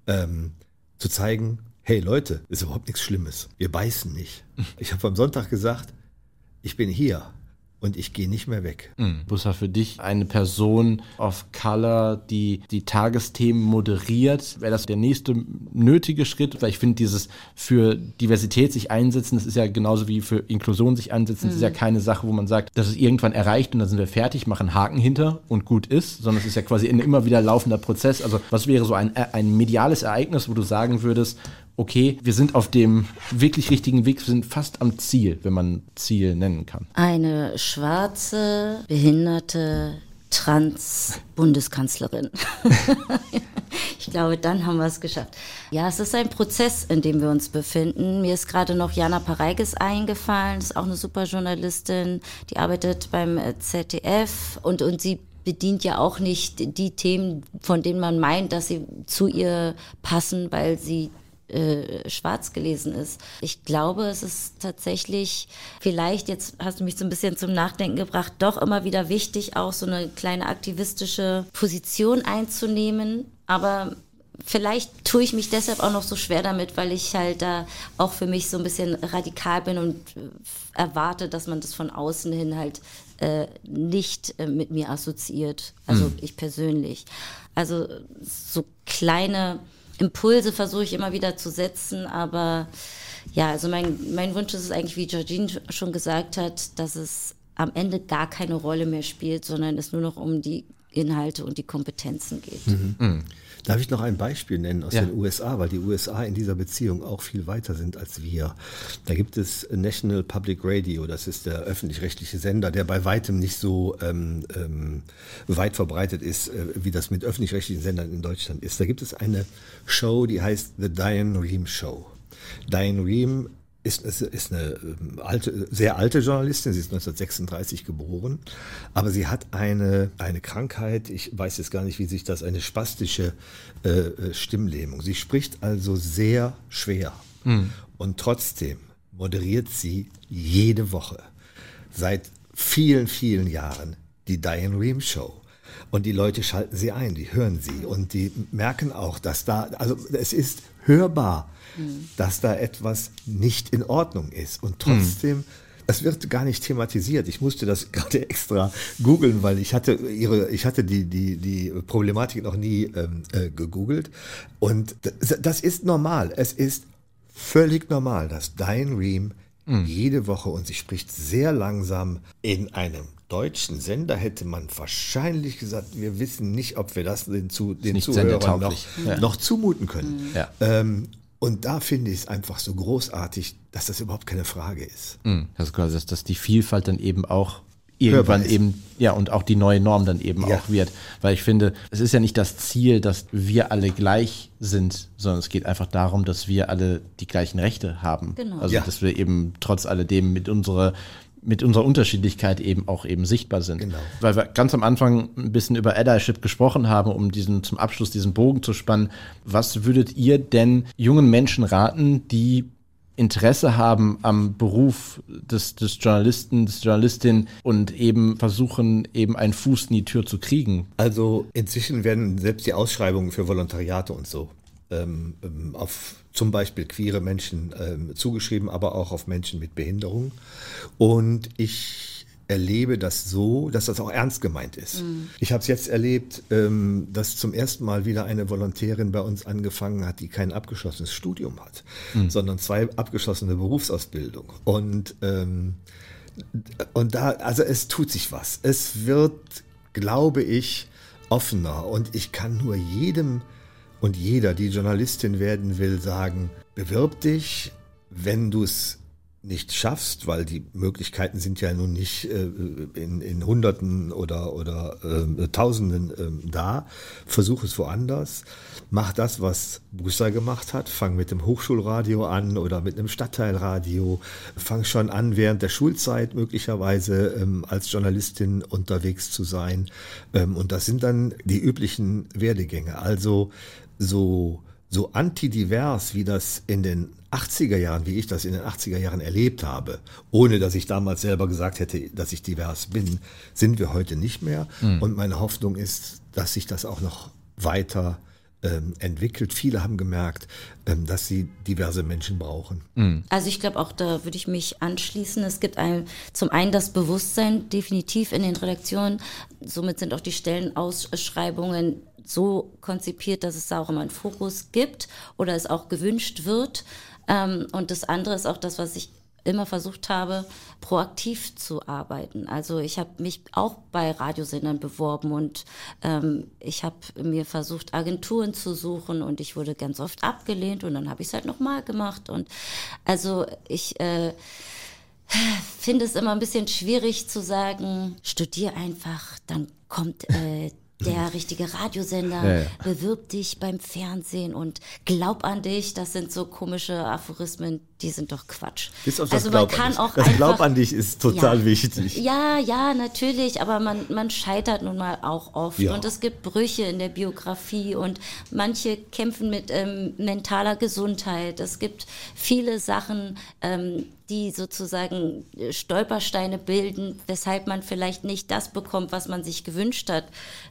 Zu zeigen, hey Leute, ist überhaupt nichts Schlimmes. Wir beißen nicht. Ich habe am Sonntag gesagt, ich bin hier. Und ich gehe nicht mehr weg. Bussa, für dich eine Person of Color, die Tagesthemen moderiert, wäre das der nächste nötige Schritt? Weil ich finde, dieses für Diversität sich einsetzen, das ist ja genauso wie für Inklusion sich einsetzen, das ist ja keine Sache, wo man sagt, das ist irgendwann erreicht und dann sind wir fertig, machen Haken hinter und gut ist, sondern es ist ja quasi ein immer wieder laufender Prozess. Also was wäre so ein mediales Ereignis, wo du sagen würdest, okay, wir sind auf dem wirklich richtigen Weg, wir sind fast am Ziel, wenn man Ziel nennen kann. Eine schwarze, behinderte Trans-Bundeskanzlerin. Ich glaube, dann haben wir es geschafft. Ja, es ist ein Prozess, in dem wir uns befinden. Mir ist gerade noch Jana Pareigis eingefallen, das ist auch eine super Journalistin, die arbeitet beim ZDF und sie bedient ja auch nicht die Themen, von denen man meint, dass sie zu ihr passen, weil sie schwarz gelesen ist. Ich glaube, es ist tatsächlich vielleicht, jetzt hast du mich so ein bisschen zum Nachdenken gebracht, doch immer wieder wichtig, auch so eine kleine aktivistische Position einzunehmen. Aber vielleicht tue ich mich deshalb auch noch so schwer damit, weil ich halt da auch für mich so ein bisschen radikal bin und erwarte, dass man das von außen hin halt nicht mit mir assoziiert. Also ich persönlich. Also so kleine Impulse versuche ich immer wieder zu setzen, aber ja, also mein Wunsch ist es eigentlich, wie Georgine schon gesagt hat, dass es am Ende gar keine Rolle mehr spielt, sondern es nur noch um die Inhalte und die Kompetenzen geht. Darf ich noch ein Beispiel nennen aus den USA, weil die USA in dieser Beziehung auch viel weiter sind als wir. Da gibt es National Public Radio, das ist der öffentlich-rechtliche Sender, der bei weitem nicht so weit verbreitet ist, wie das mit öffentlich-rechtlichen Sendern in Deutschland ist. Da gibt es eine Show, die heißt The Diane Rehm Show. Diane Rehm ist eine sehr alte Journalistin, sie ist 1936 geboren, aber sie hat eine Krankheit, ich weiß jetzt gar nicht, wie sich das, eine spastische Stimmlähmung. Sie spricht also sehr schwer und trotzdem moderiert sie jede Woche seit vielen, vielen Jahren die Diane Rehm Show. Und die Leute schalten sie ein, die hören sie und die merken auch, dass da, also es ist hörbar, dass da etwas nicht in Ordnung ist. Und trotzdem, es wird gar nicht thematisiert. Ich musste das gerade extra googeln, weil ich hatte die Problematik noch nie gegoogelt. Und das ist normal. Es ist völlig normal, dass Diane Rehm jede Woche, und sie spricht sehr langsam, in einem deutschen Sender hätte man wahrscheinlich gesagt, wir wissen nicht, ob wir das den Zuhörern noch zumuten können. Ja. Und da finde ich es einfach so großartig, dass das überhaupt keine Frage ist. Das ist quasi, dass die Vielfalt dann eben auch irgendwann eben, ja, und auch die neue Norm dann eben auch wird. Weil ich finde, es ist ja nicht das Ziel, dass wir alle gleich sind, sondern es geht einfach darum, dass wir alle die gleichen Rechte haben. Genau. Also, dass wir eben trotz alledem mit unserer Unterschiedlichkeit eben auch eben sichtbar sind. Genau. Weil wir ganz am Anfang ein bisschen über Allyship gesprochen haben, um zum Abschluss diesen Bogen zu spannen. Was würdet ihr denn jungen Menschen raten, die Interesse haben am Beruf des Journalisten, des Journalistin und eben versuchen, eben einen Fuß in die Tür zu kriegen? Also inzwischen werden selbst die Ausschreibungen für Volontariate und so auf zum Beispiel queere Menschen zugeschrieben, aber auch auf Menschen mit Behinderung. Und ich erlebe das so, dass das auch ernst gemeint ist. Ich habe es jetzt erlebt, dass zum ersten Mal wieder eine Volontärin bei uns angefangen hat, die kein abgeschlossenes Studium hat, sondern 2 abgeschlossene Berufsausbildung. Und da, also es tut sich was. Es wird, glaube ich, offener. Und ich kann nur jedem und jeder, die Journalistin werden will, sagen, bewirb dich, wenn du es nicht schaffst, weil die Möglichkeiten sind ja nun nicht in Hunderten oder Tausenden da. Versuch es woanders. Mach das, was Bussa gemacht hat. Fang mit dem Hochschulradio an oder mit einem Stadtteilradio. Fang schon an, während der Schulzeit möglicherweise als Journalistin unterwegs zu sein. Und das sind dann die üblichen Werdegänge. Also so so antidivers, wie das in den 80er Jahren, wie ich das in den 80er Jahren erlebt habe, ohne dass ich damals selber gesagt hätte, dass ich divers bin, sind wir heute nicht mehr. Und meine Hoffnung ist, dass sich das auch noch weiter entwickelt. Viele haben gemerkt, dass sie diverse Menschen brauchen. Also ich glaube auch, da würde ich mich anschließen. Es gibt zum einen das Bewusstsein definitiv in den Redaktionen. Somit sind auch die Stellenausschreibungen so konzipiert, dass es da auch immer einen Fokus gibt oder es auch gewünscht wird. Und das andere ist auch das, was ich immer versucht habe, proaktiv zu arbeiten. Also ich habe mich auch bei Radiosendern beworben und ich habe mir versucht, Agenturen zu suchen und ich wurde ganz oft abgelehnt und dann habe ich es halt nochmal gemacht. Und also ich finde es immer ein bisschen schwierig zu sagen, studier einfach, dann kommt der richtige Radiosender, bewirb dich beim Fernsehen und glaub an dich. Das sind so komische Aphorismen, die sind doch Quatsch. Bis auf das also Glaub man kann an dich. auch das einfach, Glaub an dich ist total wichtig. Ja, natürlich, aber man scheitert nun mal auch oft Ja. und es gibt Brüche in der Biografie und manche kämpfen mit mentaler Gesundheit. Es gibt viele Sachen, die sozusagen Stolpersteine bilden, weshalb man vielleicht nicht das bekommt, was man sich gewünscht hat.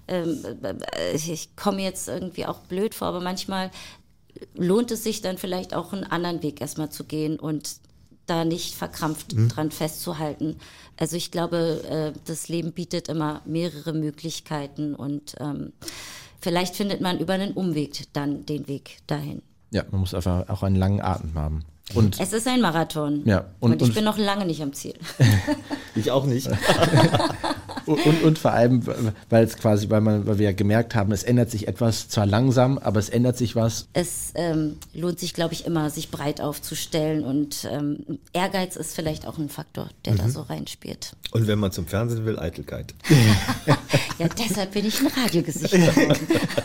Ich komme jetzt irgendwie auch blöd vor, aber manchmal lohnt es sich dann vielleicht auch einen anderen Weg erstmal zu gehen und da nicht verkrampft dran festzuhalten. Also ich glaube, das Leben bietet immer mehrere Möglichkeiten und vielleicht findet man über einen Umweg dann den Weg dahin. Ja, man muss einfach auch einen langen Atem haben. Und Es ist ein Marathon. Ja, und ich bin noch lange nicht am Ziel. Ich auch nicht. Und vor allem, weil wir ja gemerkt haben, es ändert sich etwas, zwar langsam, aber es ändert sich was. Es lohnt sich, glaube ich, immer, sich breit aufzustellen und Ehrgeiz ist vielleicht auch ein Faktor, der da so reinspielt. Und wenn man zum Fernsehen will, Eitelkeit. Ja, deshalb bin ich ein Radiogesicht geworden.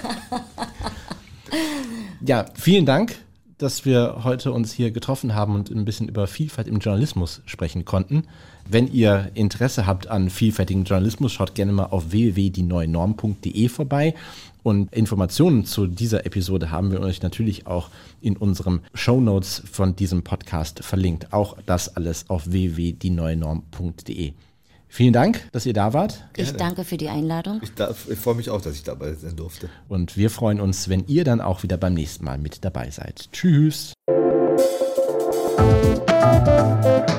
Ja, vielen Dank, dass wir heute uns hier getroffen haben und ein bisschen über Vielfalt im Journalismus sprechen konnten. Wenn ihr Interesse habt an vielfältigem Journalismus, schaut gerne mal auf www.dieneuenorm.de vorbei. Und Informationen zu dieser Episode haben wir euch natürlich auch in unseren Shownotes von diesem Podcast verlinkt. Auch das alles auf www.dieneuenorm.de. Vielen Dank, dass ihr da wart. Ich danke für die Einladung. Ich freue mich auch, dass ich dabei sein durfte. Und wir freuen uns, wenn ihr dann auch wieder beim nächsten Mal mit dabei seid. Tschüss.